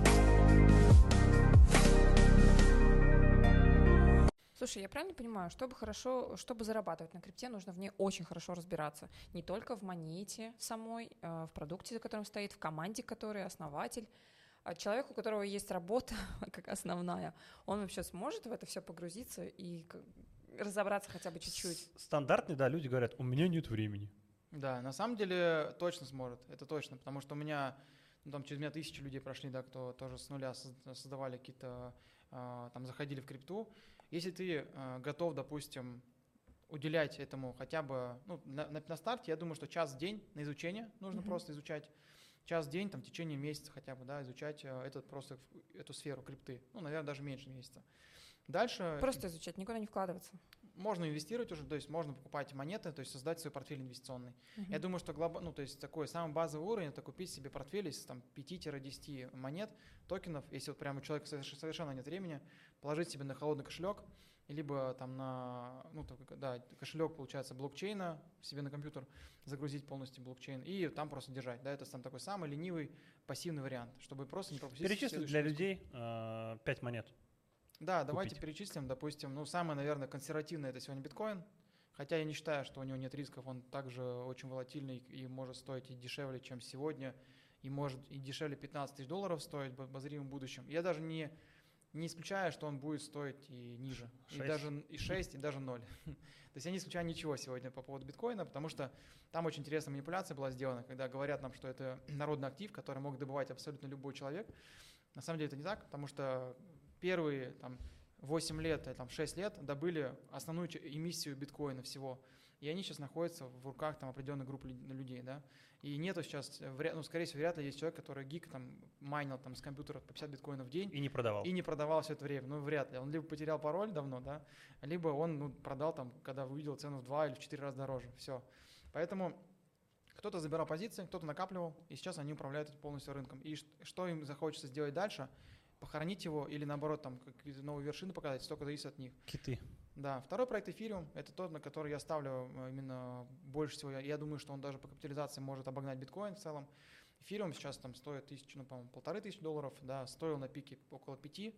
Слушай, я правильно понимаю, чтобы хорошо, чтобы зарабатывать на крипте, нужно в ней очень хорошо разбираться. Не только в монете самой, в продукте, за которым стоит, в команде, который основатель. А человек, у которого есть работа как основная, он вообще сможет в это все погрузиться и разобраться хотя бы чуть-чуть? Стандартные, да, люди говорят, у меня нет времени. Да, на самом деле точно сможет, это точно, потому что у меня, ну, там через меня тысячи людей прошли, да, кто тоже с нуля создавали какие-то, э, там, заходили в крипту. Если ты э, готов, допустим, уделять этому хотя бы, ну, на, на, на старте, я думаю, что час в день на изучение нужно mm-hmm. просто изучать. Час в день, там, в течение месяца хотя бы, да, изучать э, этот, просто эту сферу крипты. Ну, наверное, даже меньше месяца. Дальше… Просто изучать, никуда не вкладываться. Можно инвестировать уже, то есть можно покупать монеты, то есть создать свой портфель инвестиционный. Uh-huh. Я думаю, что глоб... ну, то есть такой самый базовый уровень – это купить себе портфель из там, пяти-десяти монет, токенов, если вот прямо у человека совершенно нет времени, положить себе на холодный кошелек, либо там на, ну, так, да, кошелек, получается, блокчейна себе на компьютер, загрузить полностью блокчейн и там просто держать. Да, это там такой самый ленивый пассивный вариант, чтобы просто не пропустить. Перечислить для людей э, пять монет. Да, купить. Давайте перечислим, допустим, ну, самое, наверное, консервативное – это сегодня биткоин, хотя я не считаю, что у него нет рисков, он также очень волатильный и может стоить и дешевле, чем сегодня, и может и дешевле пятнадцать тысяч долларов стоить в обозримом будущем. Я даже не, не исключаю, что он будет стоить и ниже, и даже и шесть, и даже ноль. То есть я не исключаю ничего сегодня по поводу биткоина, потому что там очень интересная манипуляция была сделана, когда говорят нам, что это народный актив, который мог добывать абсолютно любой человек. На самом деле это не так, потому что первые там, восемь лет, там, шесть лет добыли основную эмиссию биткоина всего. И они сейчас находятся в руках там, определенной группы людей. Да? И нету сейчас, ну, скорее всего, вряд ли есть человек, который гик там, майнил там, с компьютера по пятьдесят биткоинов в день. И не продавал. И не продавал все это время. Ну, вряд ли. Он либо потерял пароль давно, да, либо он ну, продал, там, когда увидел цену в два или в четыре раза дороже. Все. Поэтому кто-то забирал позиции, кто-то накапливал, и сейчас они управляют полностью рынком. И что им захочется сделать дальше – похоронить его или, наоборот, там какие-то новые вершины показать, столько зависит от них. Киты. Да, второй проект Ethereum – это тот, на который я ставлю именно больше всего. Я, я думаю, что он даже по капитализации может обогнать биткоин в целом. Ethereum сейчас там стоит тысячу, ну, по-моему, полторы тысячи долларов, да, стоил на пике около пяти.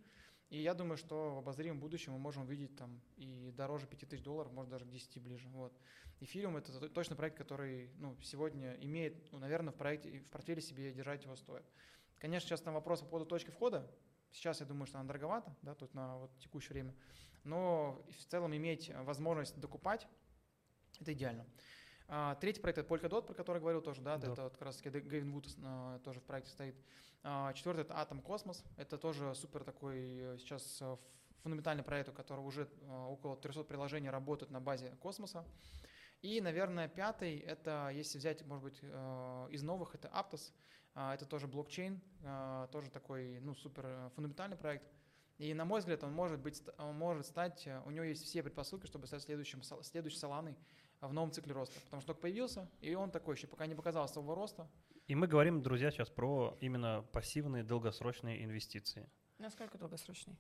И я думаю, что в обозримом будущем мы можем увидеть там и дороже пяти тысяч долларов, может даже к десяти ближе. Вот. Эфириум — это точно проект, который ну, сегодня имеет, ну, наверное, в проекте, в портфеле себе держать его стоит. Конечно, сейчас там вопрос по поводу точки входа. Сейчас я думаю, что она дороговата, да, тут на вот текущее время. Но в целом иметь возможность докупать — это идеально. А, третий проект — это Polkadot, про который говорил тоже, да, да. Это вот как раз таки Гэвин Вуд а, тоже в проекте стоит. А, четвертый — это Atom Cosmos. Это тоже супер такой сейчас фундаментальный проект, у которого уже а, около трехсот приложений работают на базе космоса. И, наверное, пятый — это, если взять, может быть, а, из новых, это Aptos. А, это тоже блокчейн, а, тоже такой, ну, супер фундаментальный проект. И, на мой взгляд, он может быть, он может стать, у него есть все предпосылки, чтобы стать следующим, следующей Solana в новом цикле роста. Потому что только появился, и он такой еще пока не показал своего роста. И мы говорим, друзья, сейчас про именно пассивные долгосрочные инвестиции. Насколько долгосрочные?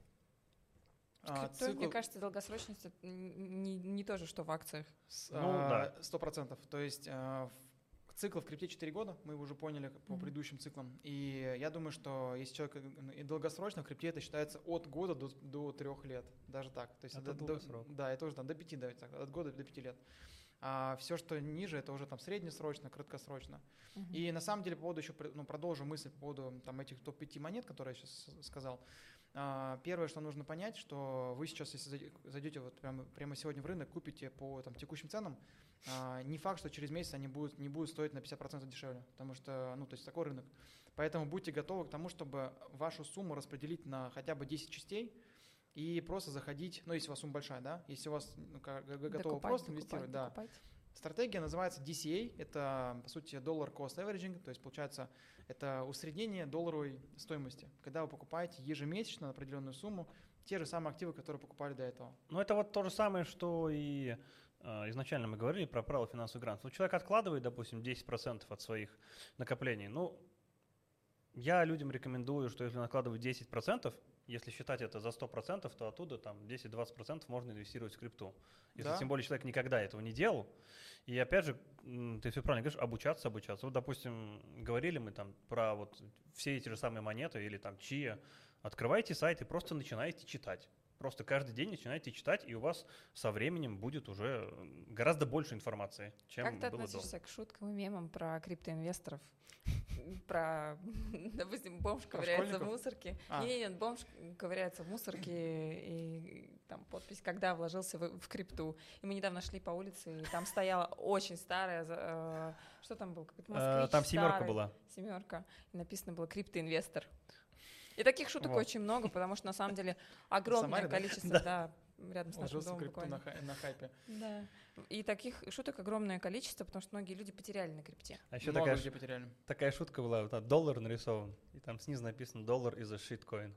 А, Криптой, цикл... Мне кажется, долгосрочность — не, не то же, что в акциях. Ну, да. Сто процентов. То есть цикл в крипте четыре года, мы уже поняли по mm-hmm. предыдущим циклам. И я думаю, что если человек и долгосрочно, в крипте это считается от года до, до трех лет. Даже так. То есть это до, долгий срок. Да, это уже там до пяти, да, от года до пяти лет. А все, что ниже, это уже там среднесрочно, краткосрочно. Uh-huh. И на самом деле по поводу еще, ну, продолжу мысль по поводу там, этих топ пяти монет, которые я сейчас сказал. А, первое, что нужно понять, что вы сейчас, если зайдете вот прямо, прямо сегодня в рынок, купите по там, текущим ценам, а, не факт, что через месяц они будут, не будут стоить на пятьдесят процентов дешевле, потому что, ну, то есть такой рынок. Поэтому будьте готовы к тому, чтобы вашу сумму распределить на хотя бы десять частей, и просто заходить, ну, если у вас сумма большая, да, если у вас ну, готовы докупать, просто инвестировать, докупать, да. Стратегия называется ди си эй, это, по сути, Dollar Cost Averaging, то есть, получается, это усреднение долларовой стоимости, когда вы покупаете ежемесячно на определенную сумму те же самые активы, которые покупали до этого. Ну, это вот то же самое, что и э, изначально мы говорили про правила финансовых грантов. Ну, человек откладывает, допустим, десять процентов от своих накоплений, ну, я людям рекомендую, что если накладывать десять процентов, если считать это за сто процентов, то оттуда там десять-двадцать процентов можно инвестировать в крипту. Если да. тем более человек никогда этого не делал. И опять же, ты все правильно говоришь, обучаться, обучаться. Вот, допустим, говорили мы там про вот все эти же самые монеты или там чьи. Открывайте сайт и просто начинаете читать. Просто каждый день начинаете читать, и у вас со временем будет уже гораздо больше информации, чем как ты было относишься до. к шуткам и мемам про криптоинвесторов? Про, допустим, бомж ковыряется в мусорке. Нет, бомж ковыряется в мусорке, и там подпись «Когда вложился в крипту». И мы недавно шли по улице, и там стояла очень старая, что там был? Москвич. Там семерка была. Семерка. И написано было «Криптоинвестор». И таких шуток вот. Очень много, потому что на самом деле огромное Самаре, количество, да, да рядом с нашим Ложился домом буквально. На, на хайпе. Да. И таких шуток огромное количество, потому что многие люди потеряли на крипте. А еще много такая, людей потеряли. Такая шутка была, вот, доллар нарисован, и там снизу написано «Доллар is a shitcoin».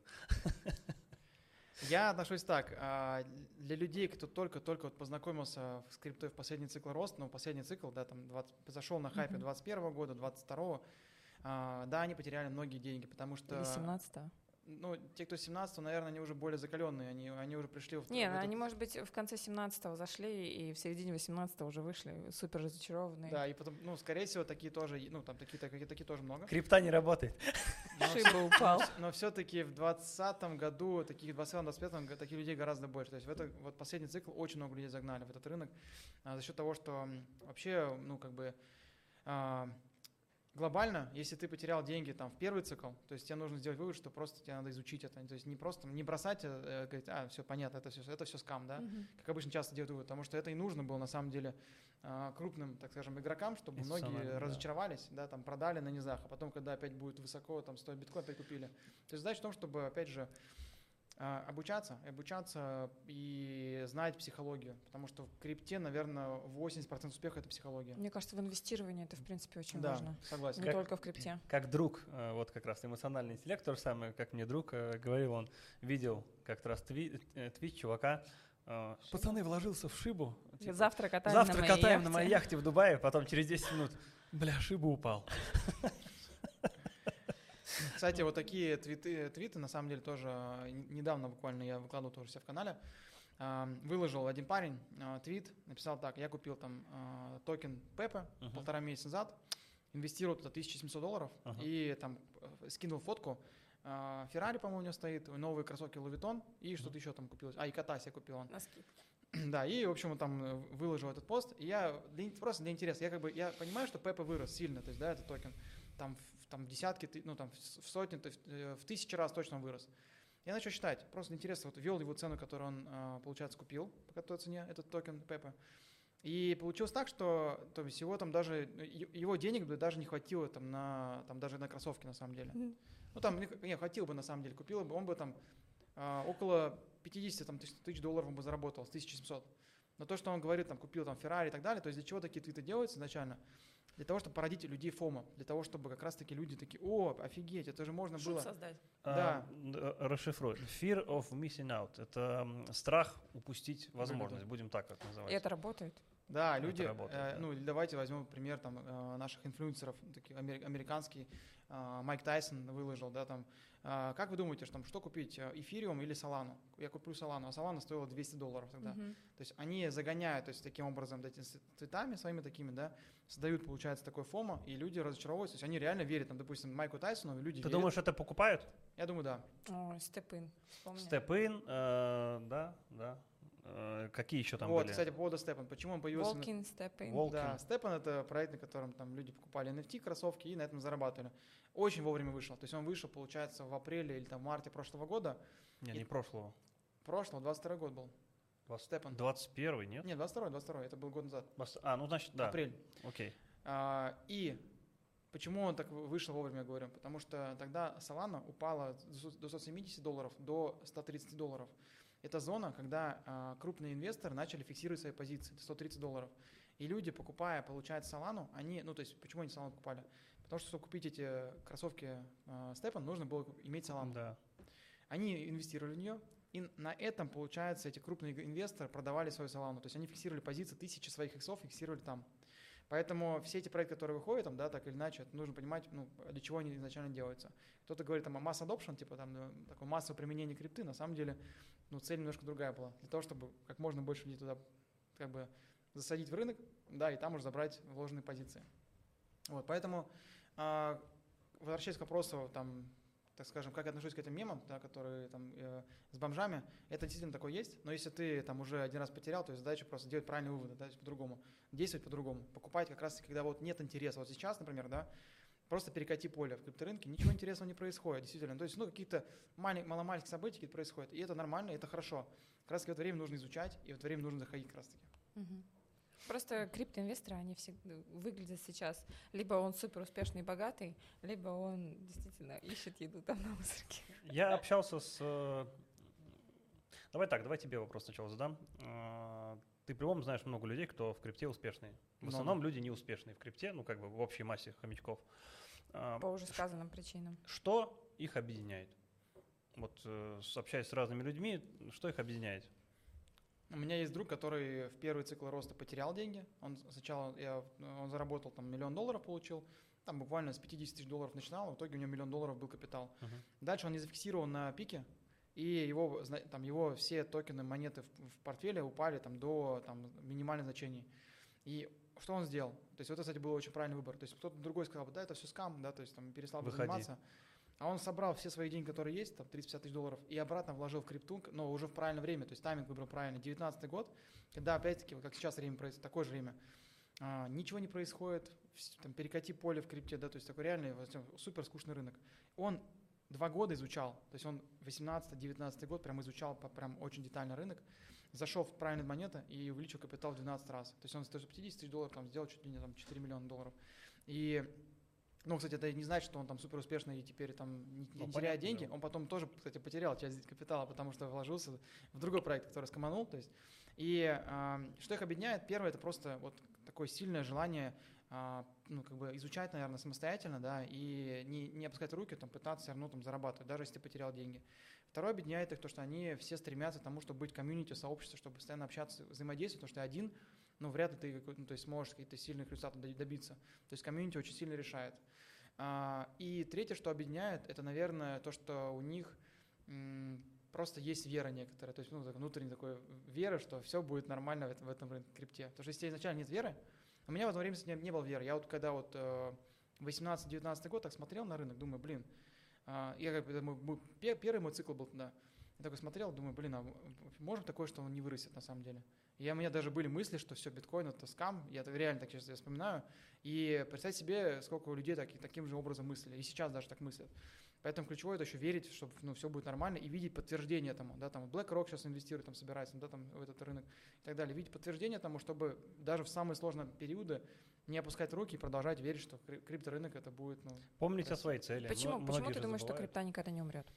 Я отношусь так, для людей, кто только-только вот познакомился с криптой в последний цикл роста, ну, последний цикл, да, там двадцать, зашел на хайпе двадцать первого года, двадцать второго, да, они потеряли многие деньги, потому что... Или семнадцатого. Ну, те, кто семнадцатого, наверное, они уже более закаленные, они, они уже пришли в... Не, в этот... они, может быть, в конце семнадцатого зашли и в середине восемнадцатого уже вышли, супер разочарованные. Да, и потом, ну, скорее всего, такие тоже, ну, там такие, такие, такие тоже много. Крипта не работает. Шиба упал. Но, но все-таки в двадцатом году, таких в двадцатом двадцать пятом таких людей гораздо больше. То есть в это, вот последний цикл очень много людей загнали в этот рынок а, за счет того, что вообще, ну, как бы... А, глобально, если ты потерял деньги там в первый цикл, то есть тебе нужно сделать вывод, что просто тебе надо изучить это, то есть не просто не бросать, а говорить, а все понятно, это все, это все скам, да, uh-huh. как обычно часто делают вывод, потому что это и нужно было на самом деле крупным, так скажем, игрокам, чтобы многие да. разочаровались, да, там продали на низах, а потом, когда опять будет высоко, там стоит биткоин, опять купили. То есть задача в том, чтобы опять же обучаться, обучаться и знать психологию, потому что в крипте, наверное, восемьдесят процентов успеха — это психология. Мне кажется, в инвестировании это, в принципе, очень да, важно. Согласен. Не как, только в крипте. Как друг, вот как раз эмоциональный интеллект, то же самое, как мне друг говорил, он видел как-то раз твит, твит чувака, пацаны, вложился в шибу. Типа, завтра катаем, завтра на, моей катаем яхте. на моей яхте в Дубае, потом через десять минут, бля, шиба упал. Кстати, вот такие твиты, твиты, на самом деле, тоже недавно буквально я выкладывал тоже себя в канале. Выложил один парень твит, написал так: я купил там токен Пепе uh-huh. полтора месяца назад, инвестировал туда тысяча семьсот долларов uh-huh. и там скинул фотку Феррари, по-моему, у него стоит, новые кроссовки Louis Vuitton и что-то еще там купил. А, и кота себе купил он. Носки. Да, и, в общем, он там выложил этот пост, и я, для, просто для интереса, я как бы, я понимаю, что Пеппа вырос сильно, то есть, да, этот токен, там, в, там десятки, ну, там, в сотни, в тысячи раз точно вырос. Я начал считать, просто интересно, вот ввел его цену, которую он, получается, купил по той цене, этот токен Пеппа. И получилось так, что то есть его там даже, его денег бы даже не хватило там на, там даже на кроссовки на самом деле. Mm-hmm. Ну там, не, хватило бы на самом деле, купил бы, он бы там а, около пятьдесят там, тысяч долларов он бы заработал, с тысяча семьсот. Но то, что он говорит, там, купил там Феррари и так далее, то есть для чего такие твиты делаются изначально? Для того, чтобы породить людей фомо, для того, чтобы как раз-таки люди такие, о, офигеть, это же можно Шум было. создать. Да. А, расшифруй. Fear of missing out. Это страх упустить возможность, да. будем так это называть. И это работает? Да, люди, работает, э, да. ну давайте возьмем пример там э, наших инфлюенсеров, таких американский, э, Майк Тайсон выложил, да, там, э, как вы думаете, что, там, что купить, эфириум или Солану? Я куплю Солану, а Солана стоила двести долларов тогда. Uh-huh. То есть они загоняют, то есть таким образом, этими цветами своими такими, да, создают, получается, такой фомо, и люди разочаровываются, то есть они реально верят, там, допустим, Майку Тайсону, люди Ты верят. думаешь, это покупают? Я думаю, да. О, степ-ин, вспомни. Степ-ин, э, да, да. Какие еще там вот, были? кстати, по поводу Степан. Почему он появился? Волкин, Степан. Волкин. Да, Степан — это проект, на котором там люди покупали эн эф ти, кроссовки и на этом зарабатывали. Очень вовремя вышел. То есть он вышел, получается, в апреле или там в марте прошлого года. Не, и... не прошлого. Прошлого, двадцать второй год был. Степан. двадцать первый, нет? Нет, двадцать второй, двадцать второй, это был год назад. А, ну значит, да. Апрель. Окей. А, и почему он так вышел вовремя, говорю? Потому что тогда Solana упала до ста семидесяти долларов до ста тридцати долларов. Это зона, когда а, крупные инвесторы начали фиксировать свои позиции, сто тридцать долларов. И люди, покупая, получается, Solana, они, ну то есть, почему они Solana покупали? Потому что, чтобы купить эти кроссовки а, Степан, нужно было иметь Solana. Да. Они инвестировали в нее, и на этом, получается, эти крупные инвесторы продавали свою Solana. То есть они фиксировали позиции, тысячи своих иксов фиксировали там. Поэтому все эти проекты, которые выходят, там, да, так или иначе, это нужно понимать, ну, для чего они изначально делаются. Кто-то говорит там о mass adoption, типа там ну, такое массовое применение крипты, на самом деле, ну, цель немножко другая была. Для того, чтобы как можно больше людей туда как бы засадить в рынок, да, и там уже забрать вложенные позиции. Вот, поэтому, э, возвращаясь к вопросу, там, так скажем, как я отношусь к этим мемам, да, которые там э, с бомжами, это действительно такое есть, но если ты там уже один раз потерял, то есть задача просто делать правильные выводы, да, по-другому, действовать по-другому, покупать как раз, когда вот нет интереса. Вот сейчас, например, да, просто перекати поле в крипторынке, ничего интересного не происходит, действительно. То есть, ну, какие-то малень- маломальские события какие-то происходят, и это нормально, и это хорошо. Как раз таки в это время нужно изучать, и в это время нужно заходить как раз таки. Угу. Просто криптоинвесторы, они всегда выглядят сейчас, либо он супер успешный и богатый, либо он действительно ищет еду там на мусорке. Я общался с... Давай так, давай тебе вопрос сначала задам. Ты по-любому знаешь много людей, кто в крипте успешные. В Много. основном люди не успешные в крипте, ну как бы в общей массе хомячков. По уже сказанным причинам. Что их объединяет? Вот общаясь с разными людьми, что их объединяет? У меня есть друг, который в первый цикл роста потерял деньги. Он сначала я, он заработал там миллион долларов, получил, там буквально с пятидесяти тысяч долларов начинал, в итоге у него миллион долларов был капитал. Uh-huh. Дальше он не зафиксировал на пике, и его, там, его все токены, монеты в, в портфеле упали там, до там, минимальных значений. И что он сделал? То есть вот это, кстати, был очень правильный выбор. То есть кто-то другой сказал, да, это все скам, да, то есть там перестал бы заниматься. А он собрал все свои деньги, которые есть, там тридцать-пятьдесят тысяч долларов, и обратно вложил в крипту, но уже в правильное время, то есть тайминг выбрал правильно. девятнадцатый год, когда опять-таки, как сейчас время происходит, такое же время, а, ничего не происходит, там, перекати поле в крипте, да, то есть такой реальный, супер скучный рынок. Он два года изучал, то есть он восемнадцатый-девятнадцатый год прям изучал прям очень детально рынок, зашел в правильные монеты и увеличил капитал в двенадцать раз. То есть он с пятидесяти тысяч долларов там, сделал чуть ли не там, четыре миллиона долларов. И ну, кстати, это не значит, что он там супер успешный и теперь там не, не ну, теряет деньги. Да. Он потом тоже, кстати, потерял часть капитала, потому что вложился в другой проект, который скоманул. То есть. И э, что их объединяет? Первое, это просто вот такое сильное желание э, ну, как бы изучать, наверное, самостоятельно, да, и не, не опускать руки, там, пытаться все равно там, зарабатывать, даже если ты потерял деньги. Второе объединяет их то, что они все стремятся к тому, чтобы быть комьюнити, сообществом, чтобы постоянно общаться, взаимодействовать, потому что один, ну, вряд ли ты ну, то есть сможешь каких-то сильных результатов добиться. То есть комьюнити очень сильно решает. А, и третье, что объединяет, это, наверное, то, что у них м, просто есть вера некоторая, то есть ну, внутренняя такая вера, что все будет нормально в этом, в этом рынке крипте. Потому что если изначально нет веры, у меня в это время не, не было веры. Я вот когда вот восемнадцатый-девятнадцатый год так смотрел на рынок, думаю, блин, А, я как бы, это мой- мой пе- первый мой цикл был туда. Я такой смотрел, думаю, блин, а может такое, что он не вырастет на самом деле? И у меня даже были мысли, что все, биткоин — это скам. Я это реально так сейчас я вспоминаю. И представь себе, сколько у людей так, таким же образом мыслили. И сейчас даже так мыслят. Поэтому ключевое — это еще верить, что ну, все будет нормально, и видеть подтверждение этому. Да, там BlackRock сейчас инвестирует, там, собирается да, там, в этот рынок и так далее. Видеть подтверждение тому, чтобы даже в самые сложные периоды не опускать руки и продолжать верить, что кри- крипторынок это будет... Ну, Помните о красиво. своей цели. Почему, М- почему многие ты же думаешь, что забывают. крипта никогда не умрет?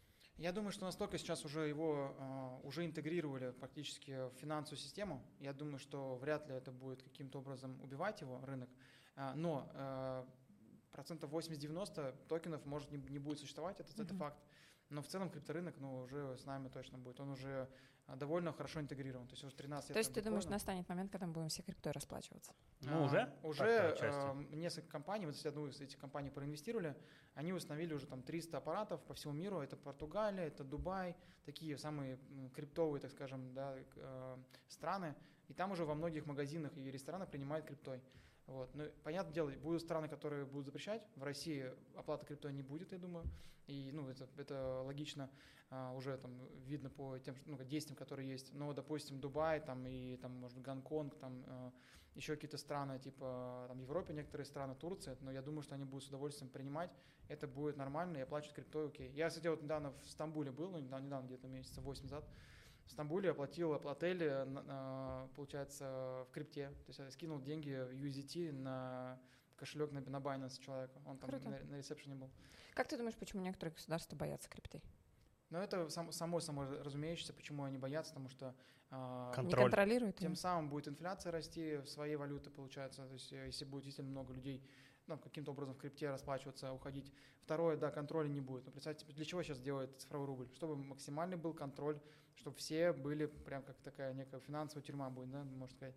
Я думаю, что настолько сейчас уже его а, уже интегрировали практически в финансовую систему. Я думаю, что вряд ли это будет каким-то образом убивать его, рынок. А, но а, процентов восемьдесят-девяносто токенов может не, не будет существовать, это, это Мгм. факт. Но в целом крипторынок ну, уже с нами точно будет. Он уже а, довольно хорошо интегрирован. То есть уже тринадцать лет То есть ты думаешь, биткоина. настанет момент, когда мы будем все криптой расплачиваться? Ну, А, уже? Уже Так-то отчасти. а, несколько компаний, вот если одну из этих компаний проинвестировали, они установили уже там триста аппаратов по всему миру. Это Португалия, это Дубай, такие самые м, криптовые, так скажем, да, э, страны. И там уже во многих магазинах и ресторанах принимают криптой. Вот. Ну, понятное дело, будут страны, которые будут запрещать. В России оплата криптой не будет, я думаю. И ну, это, это логично, а, уже там видно по тем ну, действиям, которые есть. Но, допустим, Дубай там, и там, может, Гонконг, там, э, еще какие-то страны, типа там, в Европе некоторые страны, Турция, но я думаю, что они будут с удовольствием принимать. Это будет нормально, и оплачивать криптой, окей. Я, кстати, вот недавно в Стамбуле был, ну, недавно, недавно где-то месяца восемь назад. В Стамбуле оплатил отель, э, на- на, получается, в крипте. То есть я скинул деньги ю эс ди ти на кошелек на, на Binance человеку. Он там Круто. на, на ресепшене был. Как ты думаешь, почему некоторые государства боятся крипты? Но это сам, само собой разумеющееся, почему они боятся, потому что а, Кон- Не Контроль. контролируют тем ее? самым будет инфляция расти в своей валюты, получается. То есть э, если будет действительно много людей ну, каким-то образом в крипте расплачиваться, уходить. Второе, да, контроля не будет. Но представьте, для чего сейчас делают цифровой рубль? Чтобы максимальный был контроль, чтобы все были прям как такая некая финансовая тюрьма будет, да, можно сказать.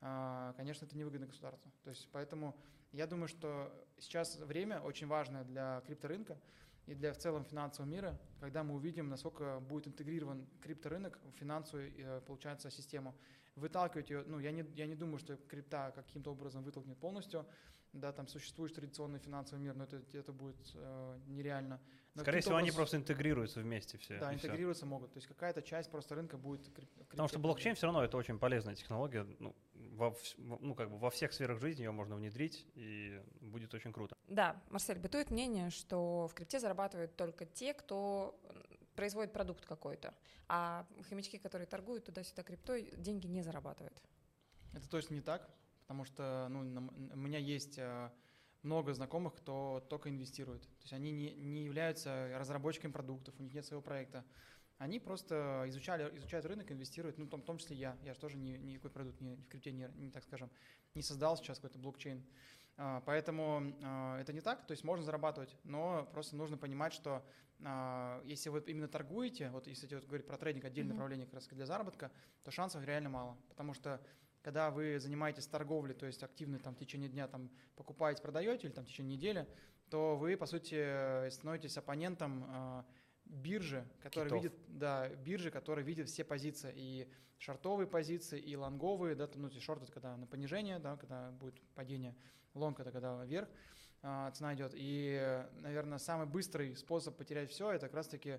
А, конечно, это невыгодно государству. То есть поэтому я думаю, что сейчас время очень важное для крипторынка и для в целом финансового мира, когда мы увидим, насколько будет интегрирован крипторынок в финансовую, э, получается, систему. Выталкивать ее, ну, я не, я не думаю, что крипта каким-то образом вытолкнет полностью, да, там существует традиционный финансовый мир, но это, это будет э, нереально. Но Скорее каким-то всего, они образом- просто интегрируются вместе все. Да, и всё. интегрироваться могут, то есть какая-то часть просто рынка будет крип- Потому что крипте- блокчейн все равно это очень полезная технология. Ну, во, вс- ну, как бы во всех сферах жизни ее можно внедрить, и будет очень круто. Да, Марсель, бытует мнение, что в крипте зарабатывают только те, кто м, производит продукт какой-то, а хомячки, которые торгуют туда-сюда криптой, деньги не зарабатывают. Это точно не так, потому что ну, нам- у меня есть э, много знакомых, кто только инвестирует. То есть они не, не являются разработчиками продуктов, у них нет своего проекта. Они просто изучали, изучают рынок, инвестируют, ну, в том, в том числе я. Я же тоже ни, никакой продукт не, в крипте не, не, так скажем, не создал сейчас какой-то блокчейн. А, Поэтому а, это не так, то есть можно зарабатывать, но просто нужно понимать, что а, если вы именно торгуете, вот если вот говорить про трейдинг, отдельное Мгм. направление как раз для заработка, то шансов реально мало, потому что когда вы занимаетесь торговлей, то есть активно там в течение дня там покупаете, продаете или там в течение недели, то вы по сути становитесь оппонентом а, биржи, которая Китов. видит, да, биржи, которая видит все позиции, и шортовые позиции, и лонговые, да, ну, шорт это когда на понижение, да, когда будет падение, лонг это когда вверх а, цена идет. И, наверное, самый быстрый способ потерять все, это как раз-таки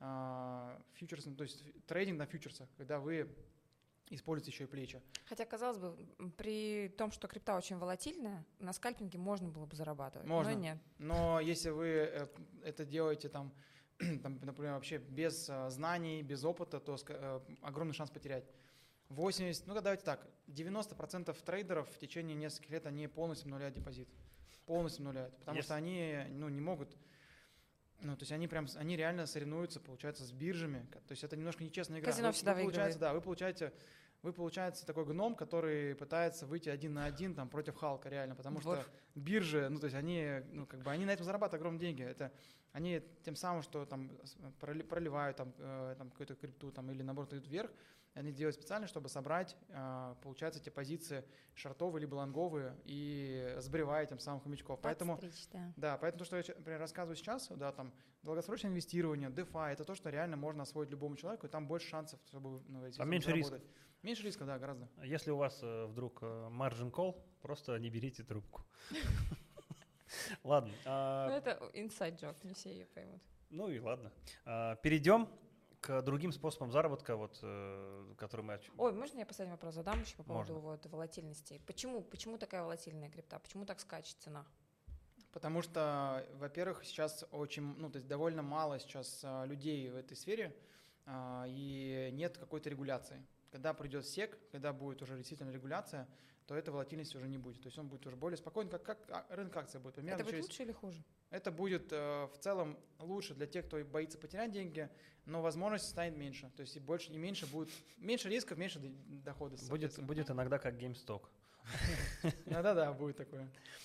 а, фьючерс, то есть трейдинг на фьючерсах, когда вы используете еще и плечи. Хотя, казалось бы, м, при том, что крипта очень волатильная, на скальпинге можно было бы зарабатывать, Можно. но нет. Но если вы э, это делаете там, там, например, вообще без а, знаний, без опыта, то ска- э, огромный шанс потерять. восемьдесят, ну давайте так, девяносто процентов трейдеров в течение нескольких лет они полностью обнуляют депозит. Полностью обнуляют. Потому Если- что они ну, не могут. Ну, то есть они прям, они реально соревнуются, получается, с биржами. То есть это немножко нечестная игра. Казино Вы- всегда вы, получается, выигрывает. да, вы получаете, вы получается такой гном, который пытается выйти один на один там против Халка реально, потому Вот. что биржи, ну то есть они, ну как бы они на этом зарабатывают огромные деньги. Это они тем самым, что там с- проли- проливают там, э, там какую-то крипту там или наоборот идут вверх, они делают специально, чтобы собрать, э, получается, эти позиции шортовые либо лонговые и сбривая тем самым хомячков. Поэтому Подстричь, да. да, поэтому то, что я, например, рассказываю сейчас, да, там, долгосрочное инвестирование, DeFi, это то, что реально можно освоить любому человеку, и там больше шансов, чтобы ну, если А меньше заработать. Меньше риска, да, гораздо. Если у вас э, вдруг э, margin call, просто не берите трубку. Ладно. Ну, а, это inside joke, не все ее поймут. Ну и ладно. А, Перейдем к другим способам заработка, вот, э, которые мы... оч- Ой, можно я последний вопрос задам еще по поводу Можно. вот волатильности? Почему, почему такая волатильная крипта? Почему так скачет цена? Потому что, во-первых, сейчас очень, ну, то есть довольно мало сейчас а, людей в этой сфере, а, и нет какой-то регуляции. Когда придет сек, когда будет уже действительно регуляция, то этой волатильности уже не будет. То есть он будет уже более спокойный, как, как а, рынок акций будет. Примерно Это будет через- лучше или хуже? Это будет э, в целом лучше для тех, кто боится потерять деньги, но возможностей станет меньше. То есть и больше и меньше будет, меньше рисков, меньше д- дохода. Будет, соответственно. будет иногда как GameStop. Да-да-да, будет такое.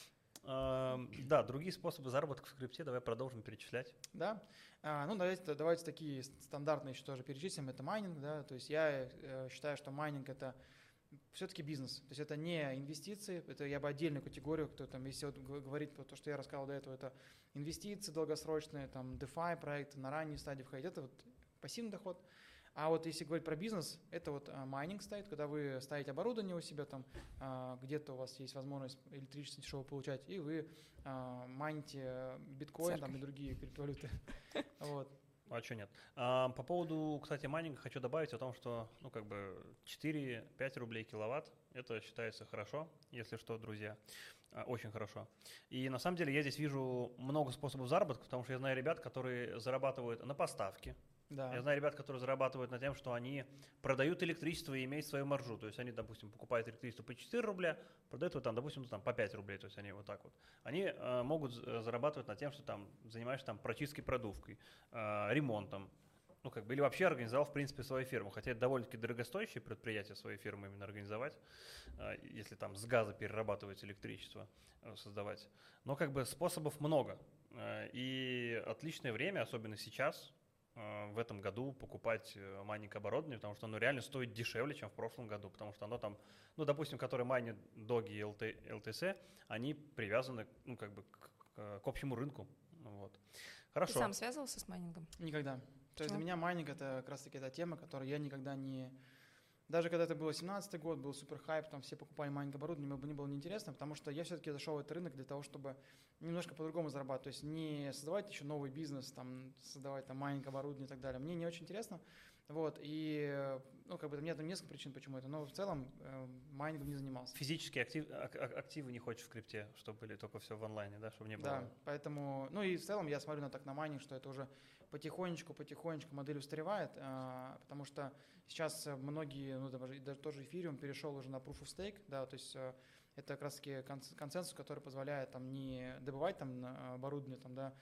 А, Да, другие способы заработка в крипте давай продолжим перечислять. Да. А, ну, давайте, давайте такие стандартные еще тоже перечислим. Это майнинг, да. То есть я э, считаю, что майнинг это все-таки бизнес. То есть это не инвестиции, это я бы отдельную категорию, кто там, если вот г- говорить про то, что я рассказывал до этого, это инвестиции долгосрочные, там, DeFi проекты на ранней стадии входить, это вот пассивный доход. А вот если говорить про бизнес, это вот а, майнинг стоит, когда вы ставите оборудование у себя, там а, где-то у вас есть возможность электричество дешево получать, и вы а, майните биткоин там, и другие криптовалюты. Вот. А что нет? А, По поводу, кстати, майнинга хочу добавить о том, что, ну, как бы четыре-пять рублей киловатт, это считается хорошо, если что, друзья, А, очень хорошо. И на самом деле я здесь вижу много способов заработка, потому что я знаю ребят, которые зарабатывают на поставке. Да. Я знаю ребят, которые зарабатывают на тем, что они продают электричество и имеют свою маржу. То есть они, допустим, покупают электричество по четыре рубля, продают его там, допустим, там, по пять рублей. То есть они вот так вот. Они э, могут з- зарабатывать на тем, что там занимаешься там прочисткой продувкой, э, ремонтом. Ну, как бы, или вообще организовал, в принципе, свою фирму. Хотя это довольно-таки дорогостоящее предприятие, свою фирму именно организовать, э, если там с газа перерабатывать электричество, э, создавать. Но как бы способов много. Э, И отличное время, особенно сейчас, э, в этом году покупать э, майнинг оборудование, потому что оно реально стоит дешевле, чем в прошлом году, потому что оно там, ну, допустим, которые майнят доги и эл ти эс, они привязаны, ну, как бы к, к- к общему рынку. Вот. Ты Хорошо. сам связывался с майнингом? Никогда. То есть Почему? для меня майнинг это как раз таки та тема, которую я никогда не... Даже когда это было семнадцатый год, был супер хайп, там все покупали майнинг оборудование, мне бы не было неинтересно, потому что я все-таки зашел в этот рынок для того, чтобы немножко по-другому зарабатывать. То есть не создавать еще новый бизнес, там, создавать там майнинг оборудование и так далее. Мне не очень интересно. Вот, и, ну, как бы, у меня там несколько причин, почему это, но в целом э, майнингом не занимался. Физические актив- ак- ак- активы не хочешь в крипте, чтобы были только все в онлайне, да, чтобы не было. Да, поэтому, ну и в целом я смотрю на так на майнинг, что это уже потихонечку, потихонечку модель устаревает, а, потому что сейчас многие, ну даже, даже тоже эфириум перешел уже на proof of stake, да, то есть а, это как раз таки конс- консенсус, который позволяет там не добывать там на- оборудование там, да,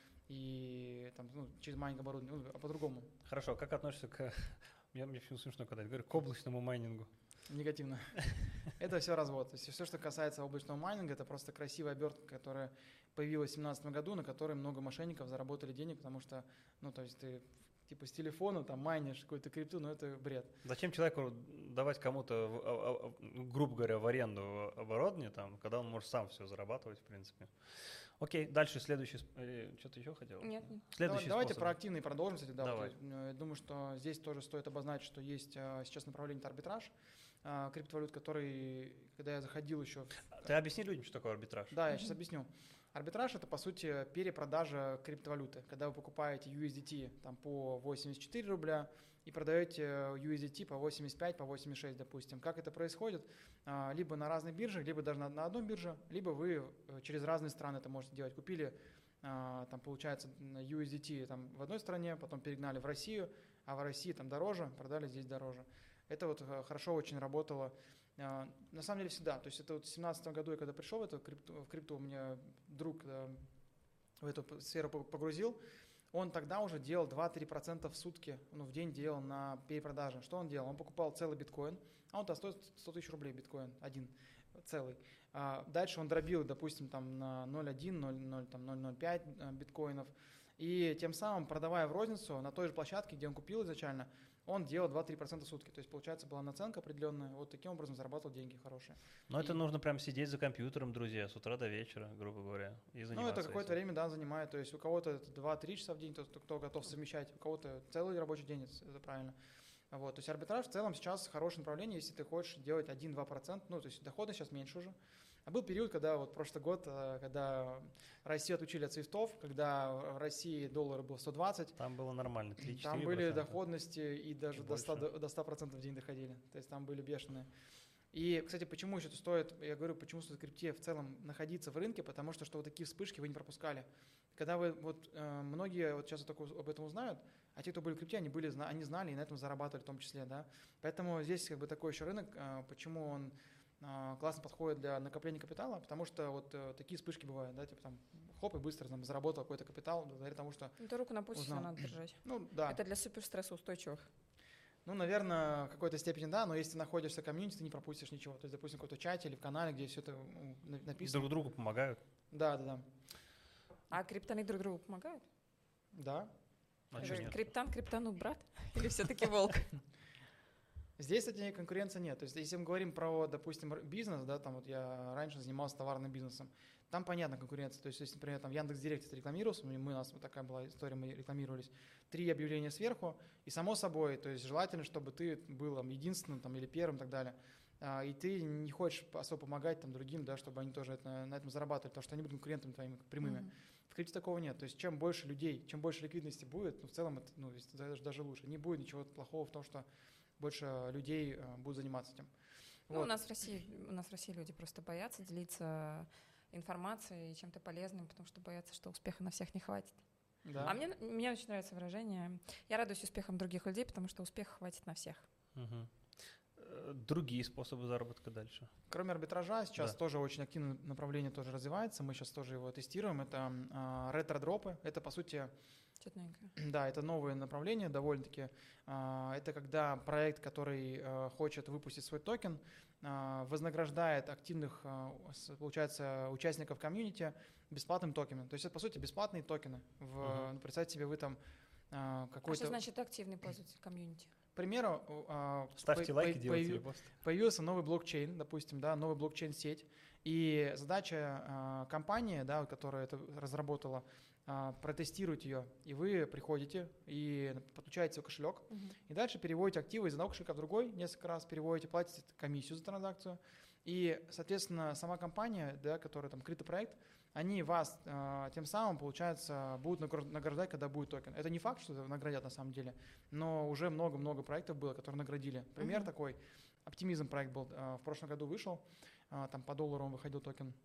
и там, ну, через майнинг оборудование, ну, а по-другому, Хорошо, как относишься к... Мне, мне почему смешно, когда я говорю, к облачному майнингу. негативно. Это все развод. То есть все, что касается облачного майнинга, это просто красивая обертка, которая появилась в две тысячи семнадцатом году, на которой много мошенников заработали денег, потому что, ну, то есть ты типа с телефона там майнишь какую-то крипту, но это бред. Зачем человеку давать кому-то, в- а- а- ну, грубо говоря, в аренду оборудование, там, когда он может сам все зарабатывать, в принципе. Окей, дальше следующий... сп- или Что-то еще хотел? Нет, нет. Следующий Давай- Давайте способ. про активный продолжим, кстати, да. Давай. Вот, э, я думаю, что здесь тоже стоит обозначить, что есть э, сейчас направление это арбитраж э, криптовалют, который, когда я заходил еще... в- Ты объясни людям, что такое арбитраж. Да, я сейчас объясню. Арбитраж – это, по сути, перепродажа криптовалюты. Когда вы покупаете ю эс ди ти там, по восемьдесят четыре рубля и продаете ю эс ди ти по восемьдесят пять, по восемьдесят шесть, допустим. Как это происходит? А, Либо на разных биржах, либо даже на, на одной бирже, либо вы э, через разные страны это можете делать. Купили, а, там, получается, на ю эс ди ти там, в одной стране, потом перегнали в Россию, а в России там дороже, продали здесь дороже. Это вот э, хорошо очень работало. А, На самом деле всегда. То есть это вот в две тысячи семнадцатом году, я когда пришел в эту крипту, в крипту, у меня друг э, в эту п- сферу по- погрузил, он тогда уже делал два-три процента в сутки, ну, в день делал на перепродаже. Что он делал? Он покупал целый биткоин, а он-то стоит сто тысяч рублей биткоин, один, целый. А дальше он дробил, допустим, там на ноль целых один, ноль целых ноль, там, ноль целых ноль пять э, биткоинов. И тем самым, продавая в розницу на той же площадке, где он купил изначально, он делал два-три процента в сутки. То есть, получается, была наценка определенная. Вот таким образом зарабатывал деньги хорошие. Но это И- нужно прям сидеть за компьютером, друзья, с утра до вечера, грубо говоря, и Ну, заниматься это какое-то этим. время, да, занимает. То есть у кого-то это два-три часа в день, тот, кто готов совмещать, у кого-то целый рабочий день, это, это правильно. Вот, то есть арбитраж в целом сейчас хорошее направление, если ты хочешь делать один-два процента, ну, то есть доходность сейчас меньше уже. А был период, когда вот прошлый год, когда Россию отучили от свифтов, когда в России доллар был сто двадцать. Там было нормально, три-четыре процента. Там были доходности и даже и до ста процентов в день доходили. То есть там были бешеные. И, кстати, почему еще стоит, я говорю, почему стоит крипте в целом находиться в рынке, потому что, что вот такие вспышки вы не пропускали. Когда вы, вот э, многие вот сейчас вот только об этом узнают, а те, кто были в крипте, они, были, они знали и на этом зарабатывали в том числе, да. Поэтому здесь как бы такой еще рынок, э, почему он э, классно подходит для накопления капитала, потому что вот э, такие вспышки бывают, да, типа там хоп, и быстро там заработал какой-то капитал, благодаря тому, что... Это руку на пульсе надо держать. Ну, да. Это для суперстрессоустойчивых. Ну, наверное, в какой-то степени да, но если ты находишься в комьюнити, ты не пропустишь ничего. То есть, допустим, в какой-то чате или в канале, где все это написано. Друг другу помогают. Да, да, да. А криптоны друг другу помогают? Да. А криптан криптану брат? Или все-таки волк? Здесь, кстати, конкуренции нет. То есть, если мы говорим про, допустим, бизнес, да, там вот я раньше занимался товарным бизнесом, там понятна конкуренция. То есть, если, например, там Яндекс.Директ рекламировался, мы, у нас вот такая была история, мы рекламировались, три объявления сверху, и само собой, то есть желательно, чтобы ты был там, единственным там, или первым и так далее. А, и ты не хочешь особо помогать там, другим, да, чтобы они тоже это, на этом зарабатывали, потому что они будут конкурентами твоими прямыми. Mm-hmm. В крипте такого нет. То есть чем больше людей, чем больше ликвидности будет, ну, в целом это ну, даже, даже лучше. Не будет ничего плохого в том, что больше людей uh, будут заниматься этим. Ну, вот. у, нас в России, у нас в России люди просто боятся делиться информацией и чем-то полезным, потому что боятся, что успеха на всех не хватит. Да. А мне, мне очень нравится выражение «я радуюсь успехам других людей, потому что успеха хватит на всех». Угу. Другие способы заработка дальше? Кроме арбитража, сейчас да. тоже очень активное направление тоже развивается, мы сейчас тоже его тестируем, это э, ретро-дропы, это по сути… Четненько. Да, это новое направление довольно-таки. Это когда проект, который хочет выпустить свой токен, вознаграждает активных, получается, участников комьюнити бесплатным токеном. То есть это, по сути, бесплатные токены. В, uh-huh. Представьте себе, вы там какой-то… А что значит активный пользователь комьюнити? К примеру, ставьте по- лайки, по- делайте появ... репосты. Появился новый блокчейн, допустим, да, новый блокчейн-сеть, и задача э, компании, да, которая это разработала, э, протестировать ее, и вы приходите и подключаете свой кошелек, угу. и дальше переводите активы из одного кошелька в другой, несколько раз переводите, платите комиссию за транзакцию, и, соответственно, сама компания, да, которая там криптопроект, они вас э, тем самым, получается, будут награждать, когда будет токен. Это не факт, что наградят на самом деле, но уже много-много проектов было, которые наградили. Пример uh-huh. такой, Оптимизм проект был, э, в прошлом году вышел, э, там по доллару он выходил токен.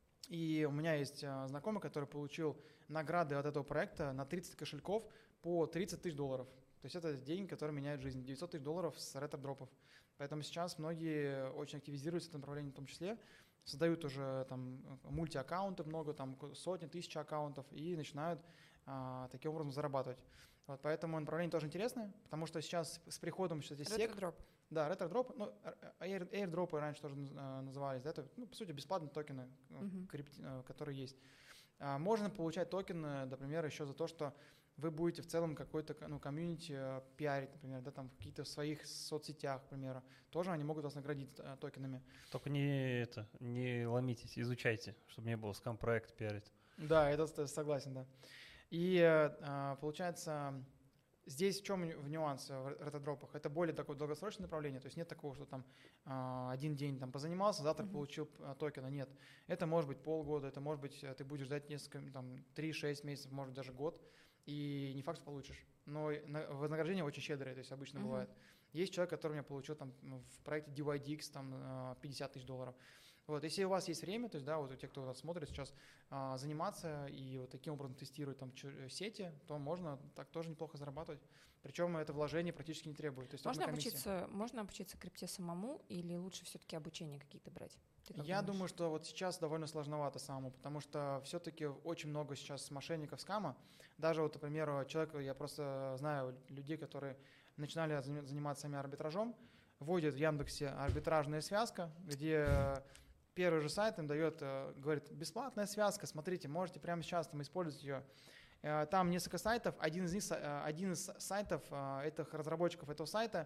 И у меня есть э, знакомый, который получил награды от этого проекта на тридцать кошельков по тридцать тысяч долларов. То есть это деньги, которые меняют жизнь. девятьсот тысяч долларов с ретро-дропов. Поэтому сейчас многие очень активизируются в этом направлении в том числе. Создают уже там мульти-аккаунты много, там сотни, тысячи аккаунтов и начинают а, таким образом зарабатывать. Вот, поэтому направление тоже интересное, потому что сейчас с приходом сейчас здесь сек… Ретро-дроп. Да, ретро-дроп, ну, airdropы раньше тоже назывались, да, это, ну, по сути, бесплатные токены, uh-huh. крипти, которые есть. А, можно получать токены, например, еще за то, что вы будете в целом какой-то ну, комьюнити пиарить, например, да, там в каких-то своих соцсетях, к примеру. Тоже они могут вас наградить а, токенами. Только не это, не ломитесь, изучайте, чтобы не было скам-проект пиарить. Да, это согласен, да. И а, получается, здесь в чем в нюансе в ретро-дропах? Это более такое долгосрочное направление, то есть нет такого, что там а, один день там позанимался, завтра uh-huh. получил а, токена, нет. Это может быть полгода, это может быть ты будешь ждать несколько, там, три-шесть месяцев, может даже год. И не факт, что получишь. Но вознаграждение очень щедрое, то есть обычно uh-huh. бывает. Есть человек, который у меня получил там, в проекте ди уай ди экс там, пятьдесят тысяч долларов. Вот, если у вас есть время, то есть, да, вот у тех, кто нас смотрит сейчас, а, заниматься и вот таким образом тестировать там сети, то можно так тоже неплохо зарабатывать. Причем это вложение практически не требует. То есть можно, обучиться, можно обучиться крипте самому или лучше все-таки обучение какие-то брать? Я думаешь? думаю, что вот сейчас довольно сложновато самому, потому что все-таки очень много сейчас мошенников, скама. Даже вот, например, человек, я просто знаю людей, которые начинали заниматься сами арбитражом, вводят в Яндексе арбитражная связка, где первый же сайт им дает, говорит, бесплатная связка, смотрите, можете прямо сейчас там использовать ее. Там несколько сайтов, один из них, один из сайтов этих разработчиков этого сайта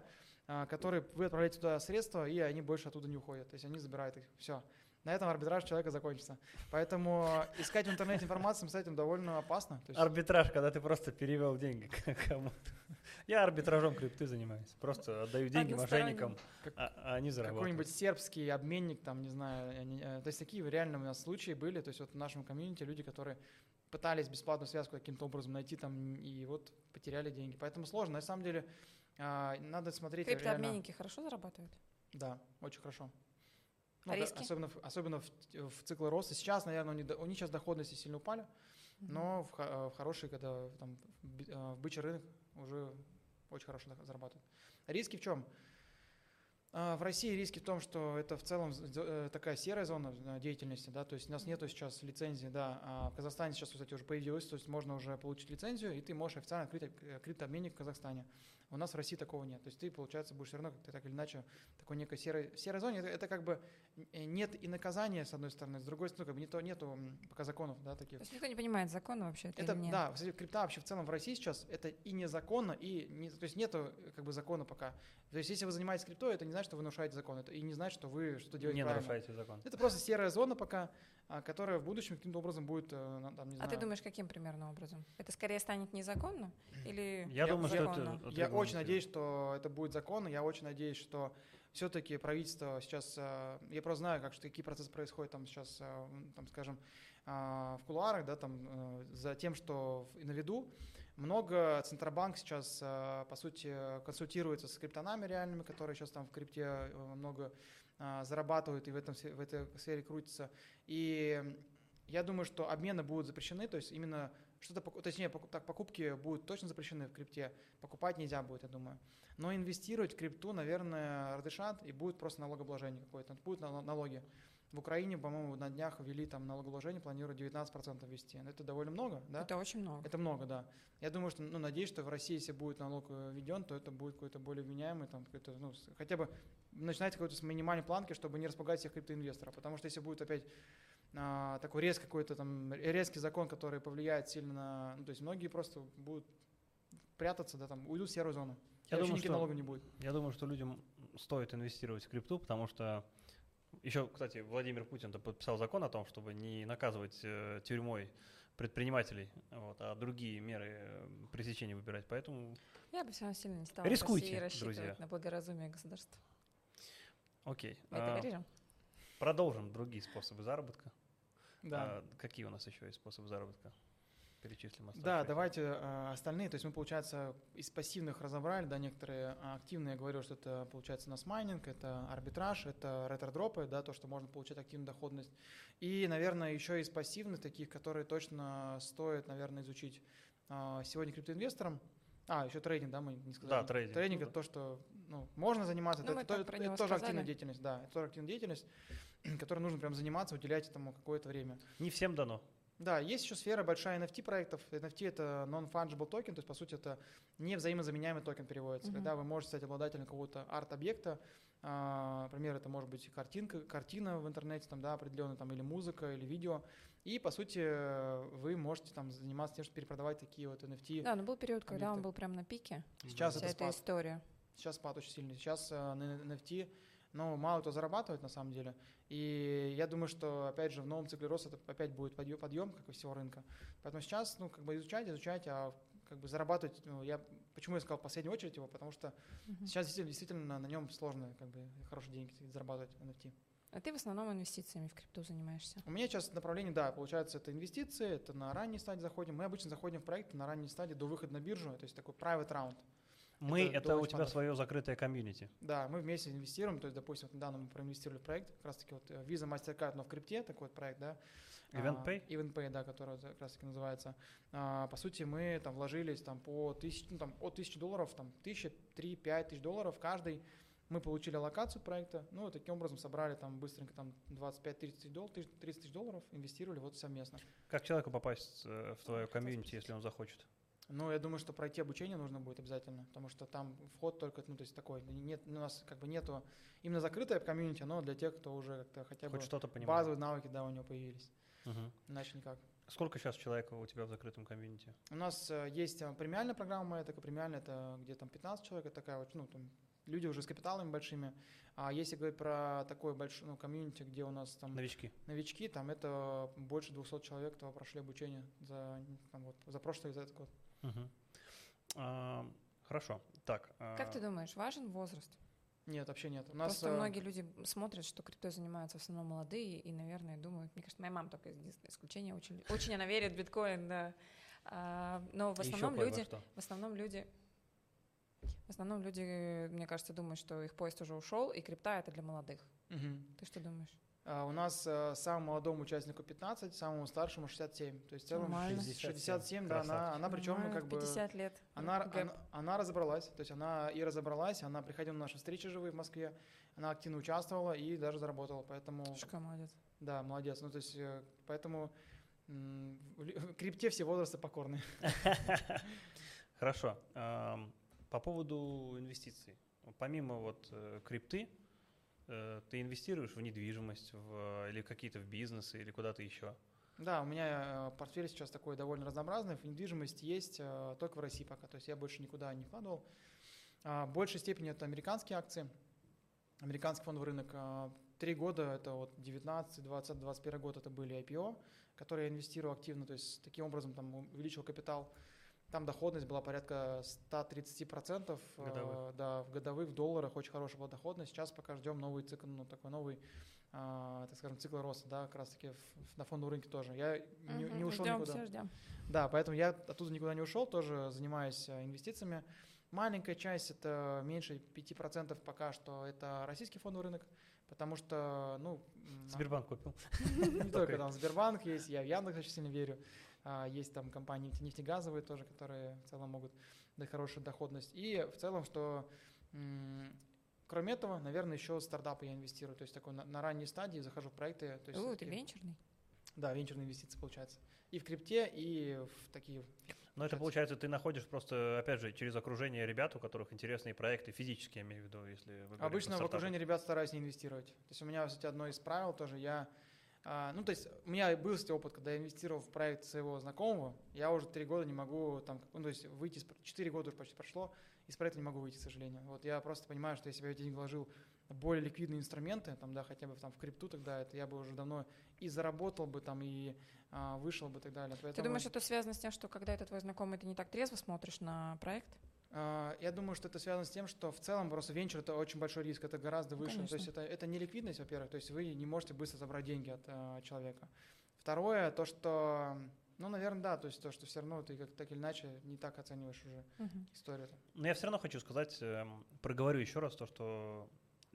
а, который вы отправляете туда средства, и они больше оттуда не уходят. То есть они забирают их. Все. На этом арбитраж человека закончится. Поэтому искать в интернете информацию с этим довольно опасно. То есть... Арбитраж, когда ты просто перевел деньги кому-то. Я арбитражом крипты занимаюсь. Просто отдаю деньги мошенникам, а, а они зарабатывают. Какой-нибудь сербский обменник, там, не знаю. Они, то есть такие реально у нас случаи были. То есть вот в нашем комьюнити люди, которые пытались бесплатную связку каким-то образом найти там и вот потеряли деньги. Поэтому сложно. На самом деле надо смотреть. Криптообменники реально... хорошо зарабатывают? Да, очень хорошо. Ну, а да, риски? Особенно, особенно в, в цикле роста. Сейчас, наверное, у них, у них сейчас доходности сильно упали, mm-hmm. но в, в хороший, когда там, в бычий рынок уже очень хорошо зарабатывают. Риски в чем? В России риски в том, что это в целом такая серая зона деятельности, да, то есть у нас нету сейчас лицензии, да, а в Казахстане сейчас, кстати, уже появилось, то есть можно уже получить лицензию, и ты можешь официально открыть криптообменник в Казахстане. У нас в России такого нет, то есть ты, получается, будешь все равно как-то так или иначе в такой некой серой, серой зоне, это, это как бы нет и наказания, с одной стороны, с другой стороны, как бы нету, нету пока законов, да, таких. То есть никто не понимает закона вообще, это, это или нет? Да, кстати, крипта вообще в целом в России сейчас это и незаконно, и не, то есть нету как бы закона пока. То есть если вы занимаетесь криптой, это не значит, что вы нарушаете закон, это и не значит, что вы что-то делаете не правильно. Не нарушаете закон. Это просто серая зона пока, которая в будущем каким-то образом будет, там, не знаю. А ты думаешь, каким примерно образом? Это скорее станет незаконно или Я, я думаю, законно? что это... Я очень надеюсь, что это будет законно, я очень надеюсь, что все-таки правительство сейчас, я просто знаю, как, какие процессы происходят там сейчас, там, скажем, в кулуарах, да, там, за тем, что на виду. Много Центробанк сейчас, по сути, консультируется с криптонами реальными, которые сейчас там в крипте много зарабатывают и в, этом, в этой сфере крутятся. И я думаю, что обмены будут запрещены, то есть именно что-то, точнее, так, покупки будут точно запрещены в крипте, покупать нельзя будет, я думаю. Но инвестировать в крипту, наверное, разрешат, и будет просто налогообложение какое-то, будут налоги. В Украине, по-моему, на днях ввели там налогообложение, планируют девятнадцать процентов ввести. Это довольно много, да? Это очень много. Это много, да. Я думаю, что, ну, надеюсь, что в России, если будет налог введен, то это будет какой-то более вменяемый, там, какой-то, ну, хотя бы начинать какой-то с минимальной планки, чтобы не распугать всех криптоинвесторов. Потому что если будет опять а, такой резкий какой-то там резкий закон, который повлияет сильно на, ну, то есть многие просто будут прятаться, да, там, уйдут в серую зону. Я думаю, что, налогов не будет. Я думаю, что людям стоит инвестировать в крипту, потому что еще, кстати, Владимир Путин подписал закон о том, чтобы не наказывать э, тюрьмой предпринимателей, вот, а другие меры пресечения выбирать. Поэтому я бы все равно сильно не стала рискуйте, рассчитывать друзья. на благоразумие государства. Окей. Мы это а, вырежем? Продолжим другие способы заработка. Да. А, какие у нас еще есть способы заработка? Перечислим оставшиеся. Да, давайте э, остальные. То есть мы, получается, из пассивных разобрали, да, некоторые активные. Я говорю, что это, получается, у нас майнинг, это арбитраж, это ретро-дропы, да, то, что можно получать активную доходность. И, наверное, еще из пассивных, таких, которые точно стоит, наверное, изучить э, сегодня криптоинвесторам. А, еще трейдинг, да, мы не сказали. Да, трейдинг. Трейдинг – это то, что, ну, можно заниматься, ну, это, это, это, это тоже сказали. активная деятельность, да, это тоже активная деятельность, которой нужно прям заниматься, уделять этому какое-то время. Не всем дано. Да, есть еще сфера большая эн эф ти проектов. эн эф ти — это non-fungible токен, то есть, по сути, это не взаимозаменяемый токен переводится. Mm-hmm. Когда вы можете стать обладателем какого-то арт-объекта, а, например, это может быть картинка, картина в интернете, там, да, определенная, там, или музыка, или видео, и, по сути, вы можете там заниматься тем, что перепродавать такие вот эн эф ти. Да, но был период, когда он был прям на пике. Сейчас вся это эта спад. история. Сейчас спад очень сильный. Сейчас на эн эф ти, ну, мало кто зарабатывает на самом деле. И я думаю, что, опять же, в новом цикле роста это опять будет подъем, подъем, как и всего рынка. Поэтому сейчас, ну, как бы изучать, изучать, а как бы зарабатывать, ну, я, почему я сказал в последнюю очередь его, потому что uh-huh. сейчас действительно, действительно на нем сложно, как бы, хорошие деньги зарабатывать эн эф ти. А ты в основном инвестициями в крипту занимаешься? У меня сейчас направление, да, получается, это инвестиции, это на ранней стадии заходим. Мы обычно заходим в проекты на ранней стадии до выхода на биржу, то есть такой private round. Мы, это, это у тебя фандов. свое закрытое комьюнити. Да, мы вместе инвестируем, то есть, допустим, недавно мы проинвестировали в проект, как раз таки вот Visa, MasterCard, но в крипте, такой вот проект, да. EventPay? Uh, EventPay, да, который как раз таки называется. Uh, по сути, мы там вложились там по тысяче, ну, там, от тысячи долларов, там, тысяча, три, пять тысяч долларов каждый. Мы получили аллокацию проекта, ну, таким образом собрали там быстренько там двадцать пять тридцать тысяч долларов, инвестировали вот совместно. Как человеку попасть в твое комьюнити, если он захочет? Ну, я думаю, что пройти обучение нужно будет обязательно, потому что там вход только, ну, то есть такой, нет, у нас как бы нету именно закрытое комьюнити, но для тех, кто уже как-то хотя Хоть бы что-то понимает. Базовые навыки, да, у него появились. Угу. Иначе никак. Сколько сейчас человек у тебя в закрытом комьюнити? У нас есть премиальная программа, это премиальная, это где там пятнадцать человек, это такая вот, ну, там, люди уже с капиталами большими. А если говорить про такой большой, ну, комьюнити, где у нас там Новички. новички, там это больше двухсот человек, кто прошли обучение за, там, вот, за прошлый, за этот год. Угу. А, хорошо. Так. Как а... ты думаешь, важен возраст? Нет, вообще нет. У нас, Просто э, многие люди смотрят, что криптой занимаются в основном молодые, и, наверное, думают, мне кажется, моя мама только единственное исключение, очень, очень она верит в биткоин, да. А, но в основном Еще люди, что? в основном люди, в основном люди, мне кажется, думают, что их поезд уже ушел, и крипта это для молодых. мгм. Ты что думаешь? А у нас э, самому молодому участнику пятнадцать, самому старшему шестьдесят семь. То есть в целом Нормально. шестьдесят семь, да, она, Красавчик. она причем Нормально, как в бы... пятьдесят лет. Она, гэп. она, она разобралась, то есть она и разобралась, она приходила на наши встречи живые в Москве, она активно участвовала и даже заработала, поэтому, Слушай, какая молодец. да, молодец. Ну, то есть, э, поэтому м, в лю- в крипте все возрасты покорны. Хорошо. Ам, По поводу инвестиций. Помимо вот э, крипты, э, ты инвестируешь в недвижимость, в, или какие-то в бизнесы, или куда-то еще? Да, у меня э, портфель сейчас такой довольно разнообразный, в недвижимость есть э, только в России пока, то есть я больше никуда не вкладывал. А, В большей степени это американские акции, американский фондовый рынок. А, Три года, это вот девятнадцатый, двадцатый, двадцать первый год, это были ай пи о, которые я инвестировал активно, то есть таким образом там увеличил капитал. Там доходность была порядка сто тридцать процентов, э, Годовых. да, в годовых, в долларах очень хорошая была доходность. Сейчас пока ждем новый цикл, ну такой новый, а, так скажем, цикл роста, да, как раз таки в- на фондовом рынке тоже. Я не, не ушел ждем, никуда. все ждем. Да, поэтому я оттуда никуда не ушел, тоже занимаюсь э, инвестициями. Маленькая часть, это меньше пяти процентов пока что, это российский фондовый рынок, потому что, ну... м, Сбербанк купил. не только там Сбербанк есть, я в Яндекс очень сильно верю. А, Есть там компании нефте- нефтегазовые тоже, которые в целом могут дать хорошую доходность. И в целом, что м, кроме этого, наверное, еще стартапы я инвестирую. То есть такой на, на ранней стадии захожу в проекты. То есть О, ты всё-таки- венчурный? Да, венчурные инвестиции получается. И в крипте, и в такие... Но это получается, ты находишь просто, опять же, через окружение ребят, у которых интересные проекты, физически, я имею в виду, если вы говорите Обычно про в стартапы. окружении ребят стараюсь не инвестировать. То есть у меня, кстати, одно из правил тоже, я, а, ну, то есть у меня был, кстати, опыт, когда я инвестировал в проект своего знакомого, я уже три года не могу, там, ну, то есть выйти, из, четыре года уже почти прошло, из проекта не могу выйти, к сожалению. Вот я просто понимаю, что если бы я деньги вложил в более ликвидные инструменты, там, да, хотя бы там в крипту тогда, это я бы уже давно и заработал бы там, и а, вышел бы и так далее. Ты Поэтому, думаешь, это связано с тем, что когда это твой знакомый, ты не так трезво смотришь на проект? а, я думаю, что это связано с тем, что в целом просто венчур — это очень большой риск, это гораздо Ну, выше. То есть это, это не ликвидность, во-первых, то есть вы не можете быстро забрать деньги от а, человека. Второе, то, что, ну, наверное, да, то есть то, что все равно ты как так или иначе не так оцениваешь уже Мгм. историю. Но я все равно хочу сказать, эм, проговорю еще раз то, что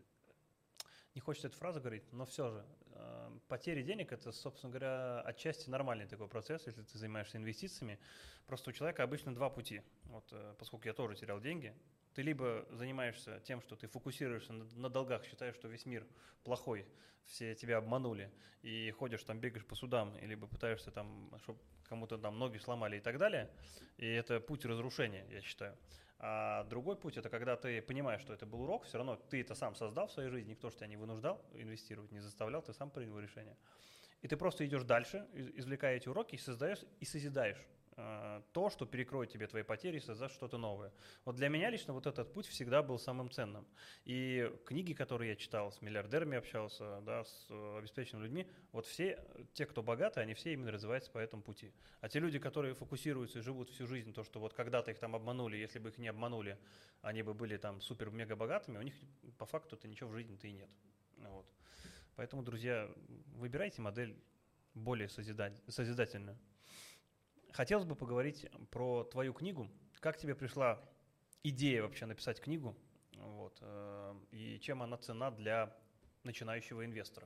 не хочется эту фразу говорить, но все же э, потери денег — это, собственно говоря, отчасти нормальный такой процесс, если ты занимаешься инвестициями. Просто у человека обычно два пути. Вот, э, поскольку я тоже терял деньги, ты либо занимаешься тем, что ты фокусируешься на, на долгах, считаешь, что весь мир плохой, все тебя обманули, и ходишь там, бегаешь по судам, и либо пытаешься там, чтобы кому-то там ноги сломали и так далее. И это путь разрушения, я считаю. А другой путь — это когда ты понимаешь, что это был урок, все равно ты это сам создал в своей жизни, никто же тебя не вынуждал инвестировать, не заставлял, ты сам принял решение. И ты просто идешь дальше, из- извлекая эти уроки, и создаешь, и созидаешь э, то, что перекроет тебе твои потери, и создашь что-то новое. Вот для меня лично вот этот путь всегда был самым ценным. И книги, которые я читал, с миллиардерами общался, да, с э, обеспеченными людьми, вот все, те, кто богаты, они все именно развиваются по этому пути. А те люди, которые фокусируются и живут всю жизнь, то, что вот когда-то их там обманули, если бы их не обманули, они бы были там супер-мега богатыми, у них по факту-то ничего в жизни-то и нет. Вот. Поэтому, друзья, выбирайте модель более созидать- созидательную. Хотелось бы поговорить про твою книгу. Как тебе пришла идея вообще написать книгу? Вот, э, и чем она ценна для начинающего инвестора?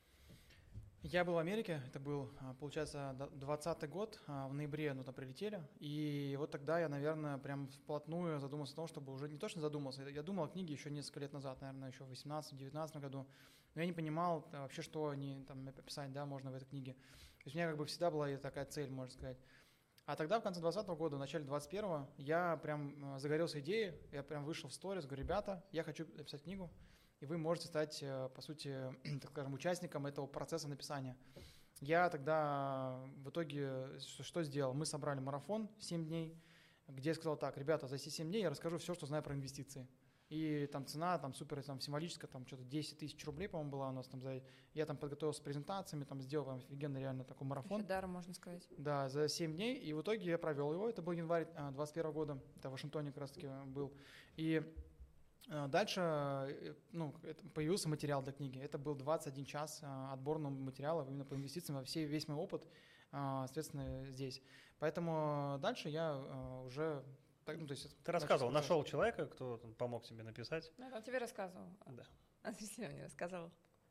Я был в Америке, это был, а, получается, двадцатый год, а, в ноябре, ну, там прилетели, и вот тогда я, наверное, прям вплотную задумался о том, чтобы уже не точно задумался, я думал о книге еще несколько лет назад, наверное, еще в восемнадцатом-девятнадцатом году, но я не понимал а, вообще, что они там описать, да, можно в этой книге. То есть у меня как бы всегда была и такая цель, можно сказать. А тогда, в конце двадцатого года, в начале двадцать первого, я прям а, загорелся идеей, я прям вышел в сторис, говорю: ребята, я хочу написать книгу, и вы можете стать, по сути, так скажем, участником этого процесса написания. Я тогда в итоге что, что сделал? Мы собрали марафон семь дней, где я сказал так: ребята, за эти семь дней я расскажу все, что знаю про инвестиции. И там цена там супер там, символическая, там что-то десять тысяч рублей, по-моему, была у нас там. За... Я там подготовился с презентациями, там сделал там, офигенный реально такой марафон. Еще даром, можно сказать. Да, за семь дней. И в итоге я провел его. Это был январь двадцать первого года. Это в Вашингтоне как раз-таки был. И дальше ну, появился материал для книги. Это был двадцать один час отборного материала именно по инвестициям, во всей, весь мой опыт, соответственно, здесь. Поэтому дальше я уже... Так, ну, то есть, Ты рассказывал, нашел человека, кто помог тебе написать. Ну, он тебе рассказывал. Да. А ты мне рассказывал.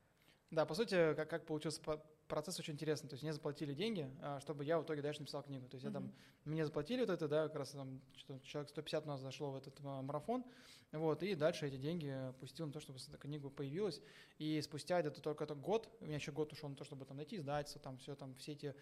Да, по сути, как, как получился процесс очень интересный. То есть мне заплатили деньги, чтобы я в итоге дальше написал книгу. То есть mm-hmm. я там, мне заплатили вот это, да, как раз там человек сто пятьдесят у нас зашло в этот марафон, вот, и дальше эти деньги пустил на то, чтобы эта книга появилась. И спустя где-то только это год, у меня еще год ушел на то, чтобы там найти издательство, там все, там все эти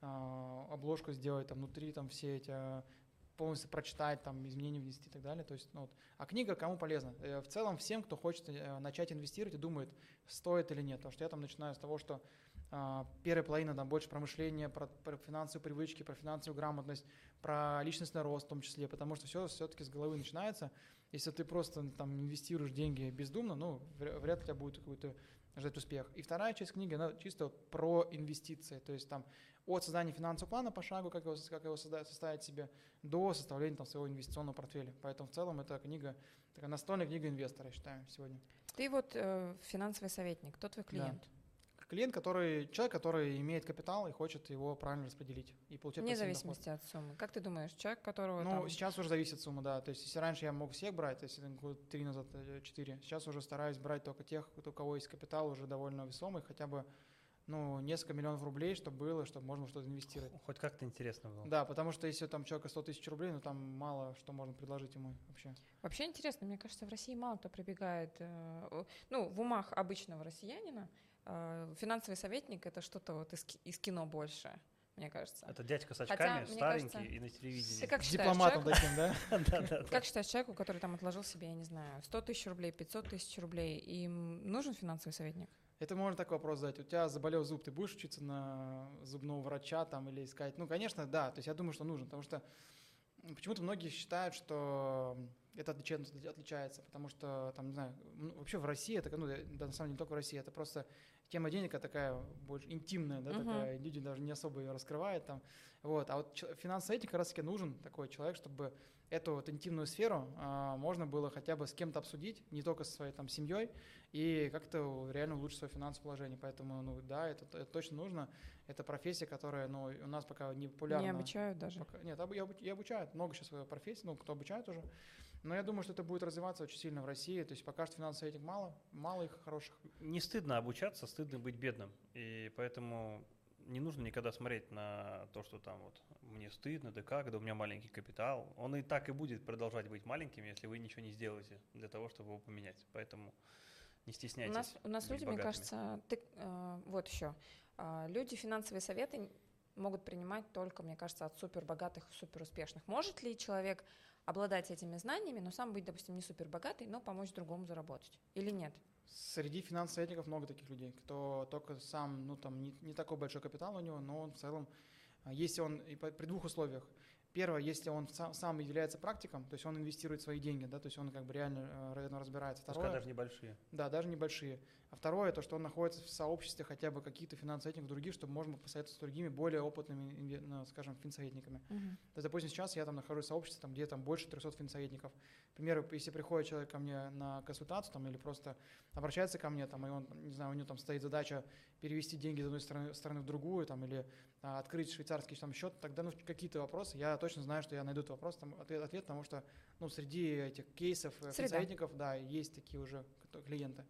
а, обложку сделать, там внутри там все эти полностью прочитать, там, изменения внести и так далее. То есть, ну, вот. А книга кому полезна? В целом всем, кто хочет начать инвестировать и думает, стоит или нет. Потому что я там начинаю с того, что а, первая половина там больше про мышление, про, про финансовые привычки, про финансовую грамотность, про личностный рост в том числе, потому что все все-таки с головы начинается. Если ты просто там инвестируешь деньги бездумно, ну, вряд ли у тебя будет какой-то ждать успех. И вторая часть книги, она чисто про инвестиции, то есть там от создания финансового плана по шагу, как его, как его создать, составить себе, до составления там, своего инвестиционного портфеля. Поэтому в целом это книга, такая настольная книга инвестора, я считаю, сегодня. Ты вот э, финансовый советник, кто твой клиент? Да. Клиент, который, человек, который имеет капитал и хочет его правильно распределить и получать вне пассивный зависимости доход. от суммы. Как ты думаешь, человек, которого Ну, там... сейчас уже зависит от суммы, да. То есть если раньше я мог всех брать, если год три назад, четыре, сейчас уже стараюсь брать только тех, у кого есть капитал уже довольно весомый, хотя бы ну, несколько миллионов рублей, чтобы было, чтобы можно что-то инвестировать. Хоть как-то интересно было. Да, потому что если там человека сто тысяч рублей, ну там мало что можно предложить ему вообще. Вообще интересно, мне кажется, в России мало кто прибегает, э, ну, в умах обычного россиянина э, финансовый советник — это что-то вот из, из кино больше, мне кажется. Это дядька с Хотя, очками, мне старенький кажется, и на телевидении. Ты как С считаешь, дипломатом человеку, таким, да? как считаешь человеку, который там отложил себе, я не знаю, сто тысяч рублей, пятьсот тысяч рублей, им нужен финансовый советник? Это можно такой вопрос задать. У тебя заболел зуб, ты будешь учиться на зубного врача там или искать? Ну, конечно, да. То есть я думаю, что нужен, потому что почему-то многие считают, что это отличается, отличается, потому что, там, не знаю, вообще в России, это, ну, да, на самом деле не только в России, это просто тема денег такая больше интимная, да, uh-huh. такая, люди даже не особо ее раскрывают там, вот, а вот финансовый советник как раз таки нужен такой человек, чтобы эту вот интимную сферу а, можно было хотя бы с кем-то обсудить, не только со своей там семьей, и как-то реально улучшить свое финансовое положение, поэтому, ну, да, это, это точно нужно, это профессия, которая, ну, у нас пока не популярна. Не обучают даже? Пока, нет, я обучают, много сейчас профессий, ну, кто обучает уже, но я думаю, что это будет развиваться очень сильно в России, то есть пока что финансовый советник мало, мало их хороших. Не стыдно обучаться, стыдно быть бедным, и поэтому не нужно никогда смотреть на то, что там вот мне стыдно, да как, да у меня маленький капитал. Он и так и будет продолжать быть маленьким, если вы ничего не сделаете для того, чтобы его поменять. Поэтому не стесняйтесь. У нас, у нас люди, богатыми. Мне кажется, ты, э, вот еще, э, люди финансовые советы могут принимать только, мне кажется, от супербогатых и суперуспешных. Может ли человек обладать этими знаниями, но сам быть, допустим, не супербогатый, но помочь другому заработать? Или нет? Среди финансовых советников много таких людей, кто только сам, ну там не, не такой большой капитал у него, но он в целом, если он и при двух условиях. Первое, если он сам, сам является практиком, то есть он инвестирует свои деньги, да, то есть он как бы реально, реально разбирается. Второе, пускай даже небольшие. Да, даже небольшие. А второе, то, что он находится в сообществе хотя бы каких-то финансовых других, чтобы можно посоветоваться с другими более опытными, ну, скажем, финсоветниками. Uh-huh. То есть, допустим, сейчас я там нахожусь в сообществе, там, где там больше трехсот финсоветников. К примеру, если приходит человек ко мне на консультацию там, или просто обращается ко мне, там, и он, не знаю, у него там стоит задача перевести деньги с одной стороны, стороны в другую, там, или а, открыть швейцарский там, счет, тогда ну, какие-то вопросы, я точно знаю, что я найду этот вопрос, там, ответ, ответ, потому что ну, среди этих кейсов Среда. финсоветников, да, есть такие уже клиенты.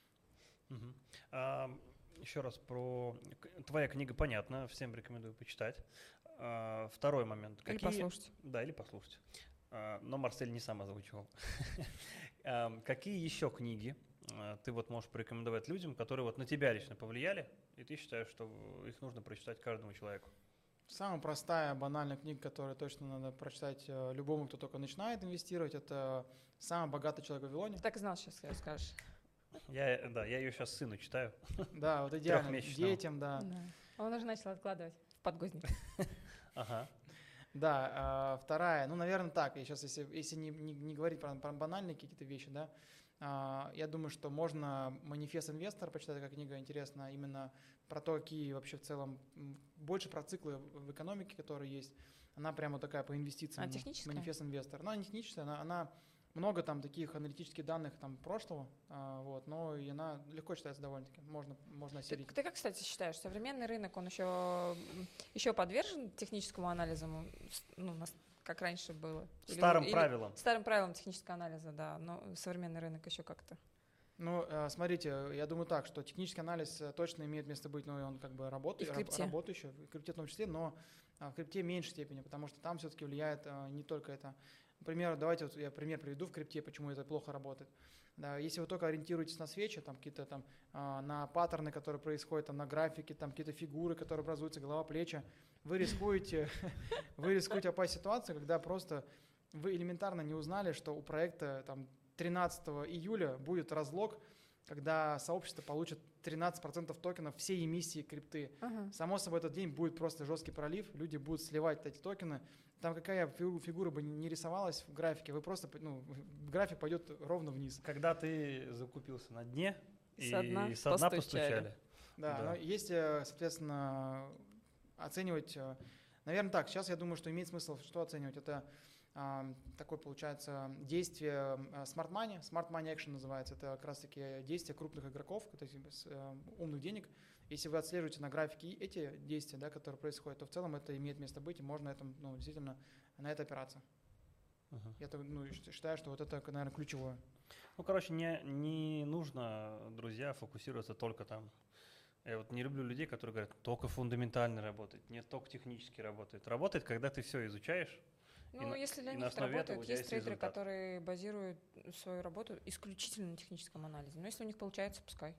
Угу. А, еще раз про... Твоя книга понятна, всем рекомендую почитать. А, второй момент. Или Какие... послушать. Да, или послушать. А, но Марсель не сам озвучивал. а, какие еще книги а, ты вот можешь порекомендовать людям, которые вот на тебя лично повлияли, и ты считаешь, что их нужно прочитать каждому человеку? Самая простая, банальная книга, которую точно надо прочитать любому, кто только начинает инвестировать, это «Самый богатый человек в Вавилоне». Так знал, сейчас я скажешь. Я, да, я ее сейчас сыну читаю. Да, вот идеально. Детям, да. да. Он уже начал откладывать в подгузник. Ага. Да, а, вторая, ну, наверное, так, я сейчас, если, если не, не, не говорить про, про банальные какие-то вещи, да, а, я думаю, что можно «Манифест инвестора» почитать, как книга интересна, именно про то, какие вообще в целом, больше про циклы в экономике, которые есть. Она прямо такая по инвестициям. А техническая? «Манифест инвестора». Она не техническая, она, она много там таких аналитических данных там прошлого, а, вот, но и она легко читается довольно-таки, можно, можно осилить. Ты, ты как, кстати, считаешь, современный рынок, он еще, еще подвержен техническому анализу, ну, нас- как раньше было? Или- Старым или- правилам. Старым правилам технического анализа, да, но современный рынок еще как-то. Ну, э, смотрите, я думаю так, что технический анализ э, точно имеет место быть, ну, и он как бы работает, И в крипте. работающий, в крипте в том числе, но а, в крипте в меньшей степени, потому что там все-таки влияет а, не только это. Например, давайте вот я пример приведу в крипте, почему это плохо работает. Да, если вы только ориентируетесь на свечи, там какие-то там а, на паттерны, которые происходят, там на графике, там какие-то фигуры, которые образуются, голова, плечи, вы рискуете, вы рискуете попасть в ситуацию, когда просто вы элементарно не узнали, что у проекта там тринадцатого июля будет разлог, когда сообщество получит тринадцать процентов токенов всей эмиссии крипты. Ага. Само собой, этот день будет просто жесткий пролив, люди будут сливать эти токены. Там какая фигу- фигура бы не рисовалась в графике, вы просто, ну, график пойдет ровно вниз. Когда ты закупился на дне, и Со дна со дна постучали. постучали. Да, Да. но если, соответственно, оценивать, наверное, так, сейчас я думаю, что имеет смысл, что оценивать, это а, такое, получается, действие а, Smart Money, Smart Money Action называется, это как раз-таки действия крупных игроков, то есть с, а, умных денег. Если вы отслеживаете на графике эти действия, да, которые происходят, то в целом это имеет место быть, и можно это, ну, действительно на это опираться. Ага. Я так, ну, считаю, что вот это, наверное, ключевое. Ну, короче, не, не нужно, друзья, фокусироваться только там. Я вот не люблю людей, которые говорят, только фундаментально работает, нет, только технически работает. Работает, когда ты все изучаешь. Ну, И на- если для и на них это основе этого работает, у тебя есть есть трейдеры, результат. которые базируют свою работу исключительно на техническом анализе. Но если у них получается, пускай.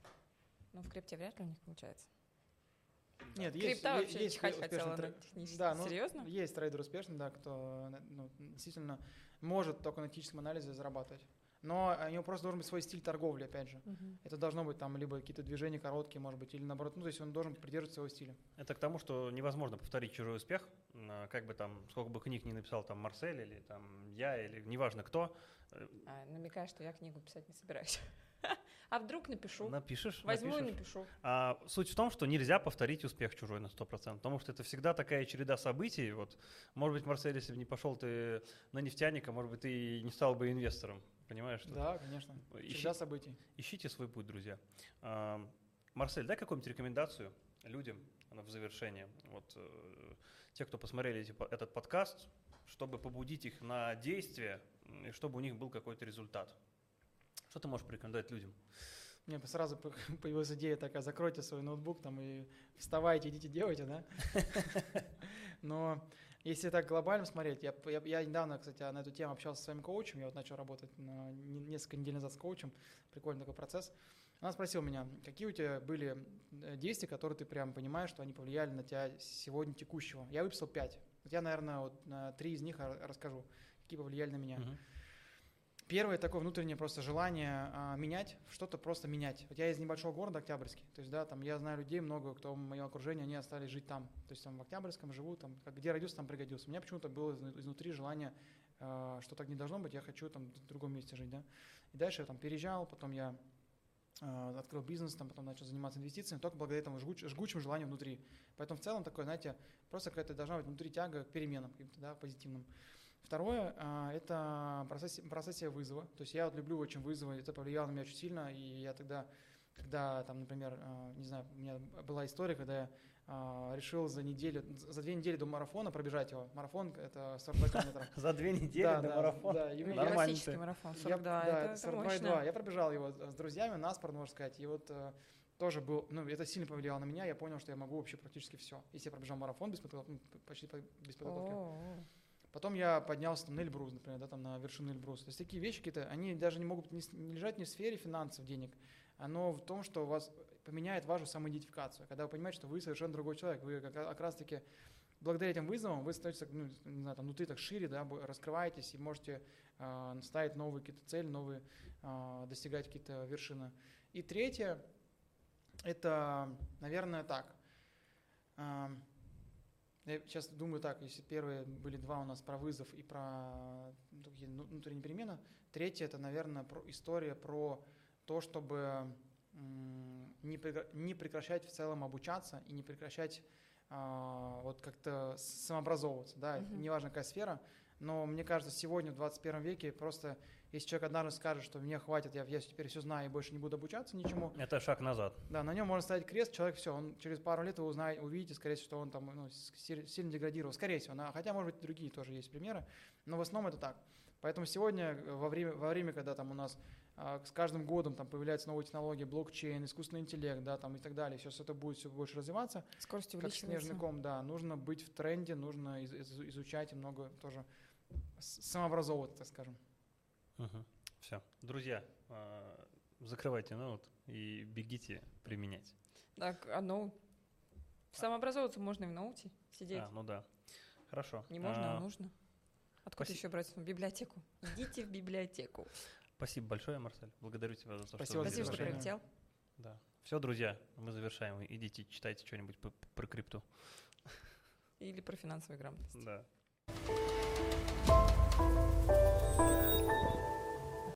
Но в крипте вряд ли у них получается. Нет, есть, Крипта е- вообще есть чихать успешные хотела на трей- технический. Да, ну, Серьезно? есть трейдер успешный, да, кто, ну, действительно может только на техническом анализе зарабатывать. Но у него просто должен быть свой стиль торговли, опять же. Мгм. Это должно быть там либо какие-то движения короткие, может быть, или наоборот, ну, то есть он должен придерживаться своего стиля. Это к тому, что невозможно повторить чужой успех, а, как бы там, сколько бы книг не написал там Марсель или там я, или неважно кто. э, А, намекаю, что я книгу писать не собираюсь. А вдруг напишу? Напишешь, Возьму и напишешь. напишу. А суть в том, что нельзя повторить успех чужой на сто процентов, потому что это всегда такая череда событий. Вот, может быть, Марсель, если бы не пошел ты на нефтяника, может быть, ты и не стал бы инвестором. Понимаешь? что- Да, конечно. Ищи- Всегда событий. Ищите свой путь, друзья. А, Марсель, дай какую-нибудь рекомендацию людям она в завершение. Вот э, те, кто посмотрели эти по- этот подкаст, чтобы побудить их на действие, и чтобы у них был какой-то результат. Что ты можешь порекомендовать людям? У меня сразу п- появилась идея такая, закройте свой ноутбук там и вставайте, идите, делайте, да? Но если так глобально смотреть, я, я, я недавно, кстати, на эту тему общался со своим коучем, я вот начал работать на, не- несколько недель назад с коучем, прикольный такой процесс. Она спросила меня, какие у тебя были э, действия, которые ты прям понимаешь, что они повлияли на тебя сегодня текущего. Я выписал пять. Вот я, наверное, вот на три из них ра- расскажу, какие повлияли на меня. Мгм. Первое такое внутреннее просто желание а, менять, что-то просто менять. Вот я из небольшого города, Октябрьский, то есть, да, там я знаю людей, много кто в моем окружении, они остались жить там, то есть там в Октябрьском живут, там, как, где родился, там пригодился. У меня почему-то было изну- изнутри желание, а, что так не должно быть, я хочу там в другом месте жить, да. И дальше я там переезжал, потом я а, открыл бизнес, там потом начал заниматься инвестициями, только благодаря этому жгуч- жгучему желанию внутри. Поэтому в целом такое, знаете, просто какая-то должна быть внутри тяга к переменам, каким-то, да, позитивным. Второе а, – это бросать, бросать себе вызовы. То есть я вот люблю очень вызовы, это повлияло на меня очень сильно. И я тогда, когда, там, например, а, не знаю, у меня была история, когда я а, решил за неделю, за две недели до марафона пробежать его. Марафон – это сорок два километра. За две недели Да, до да, марафона. да, и мы- Нормально Классический ты. марафон, Я- сорок два, да, это, это это сорок два и два. мощно. Я пробежал его с друзьями, наспор, можно сказать. И вот э, тоже был, ну, это сильно повлияло на меня. Я понял, что я могу вообще практически все. Если я пробежал марафон без подготовки, ну, почти по- без подготовки. О, Потом я поднялся там на Эльбрус, например, да, там на вершину Эльбрус. То есть такие вещи какие-то, они даже не могут не, с- не лежать не в сфере финансов, денег, оно в том, что у вас поменяет вашу самоидентификацию. Когда вы понимаете, что вы совершенно другой человек, вы как, как раз таки благодаря этим вызовам вы становитесь, ну, не знаю, там внутри так шире, да, бо- раскрываетесь и можете э, ставить новые какие-то цели, новые, э, достигать какие-то вершины. И третье, это, наверное, так. э, Я сейчас думаю так, если первые были два у нас про вызов и про ну, такие внутренние перемены, третье это, наверное, про история про то, чтобы м, не, прекра- не прекращать в целом обучаться и не прекращать а, вот как-то самообразовываться, да, Мгм. неважно какая сфера, но мне кажется, сегодня в двадцать первом веке просто, если человек однажды скажет, что мне хватит, я, я теперь все знаю и больше не буду обучаться ничему, Это шаг назад. да, на нем можно ставить крест, человек все, он через пару лет вы узнаете, увидите, скорее всего, что он там ну, с- си- сильно деградировал, скорее всего, но, хотя, может быть, другие тоже есть примеры, но в основном это так. Поэтому сегодня, во время, во время когда там у нас а, с каждым годом там появляются новые технологии, блокчейн, искусственный интеллект, да, там и так далее, сейчас это будет все больше развиваться, Скорость как увеличивается. снежный ком, да, нужно быть в тренде, нужно из- из- изучать и много тоже с- самообразовываться, так скажем. Все. Друзья, э, закрывайте ноут и бегите применять. Так, а ноут? Самообразовываться можно и в ноуте сидеть. А, ну да. Хорошо. Не можно, а А, нужно. Откуда спаси- еще брать в библиотеку? Идите в библиотеку. Спасибо большое, Марсель. Благодарю тебя за то, Спасибо что... за Спасибо, что приглашение. прилетел. Да. Все, друзья, мы завершаем. Идите, читайте что-нибудь по- про крипту. Или про финансовую грамотность. Да.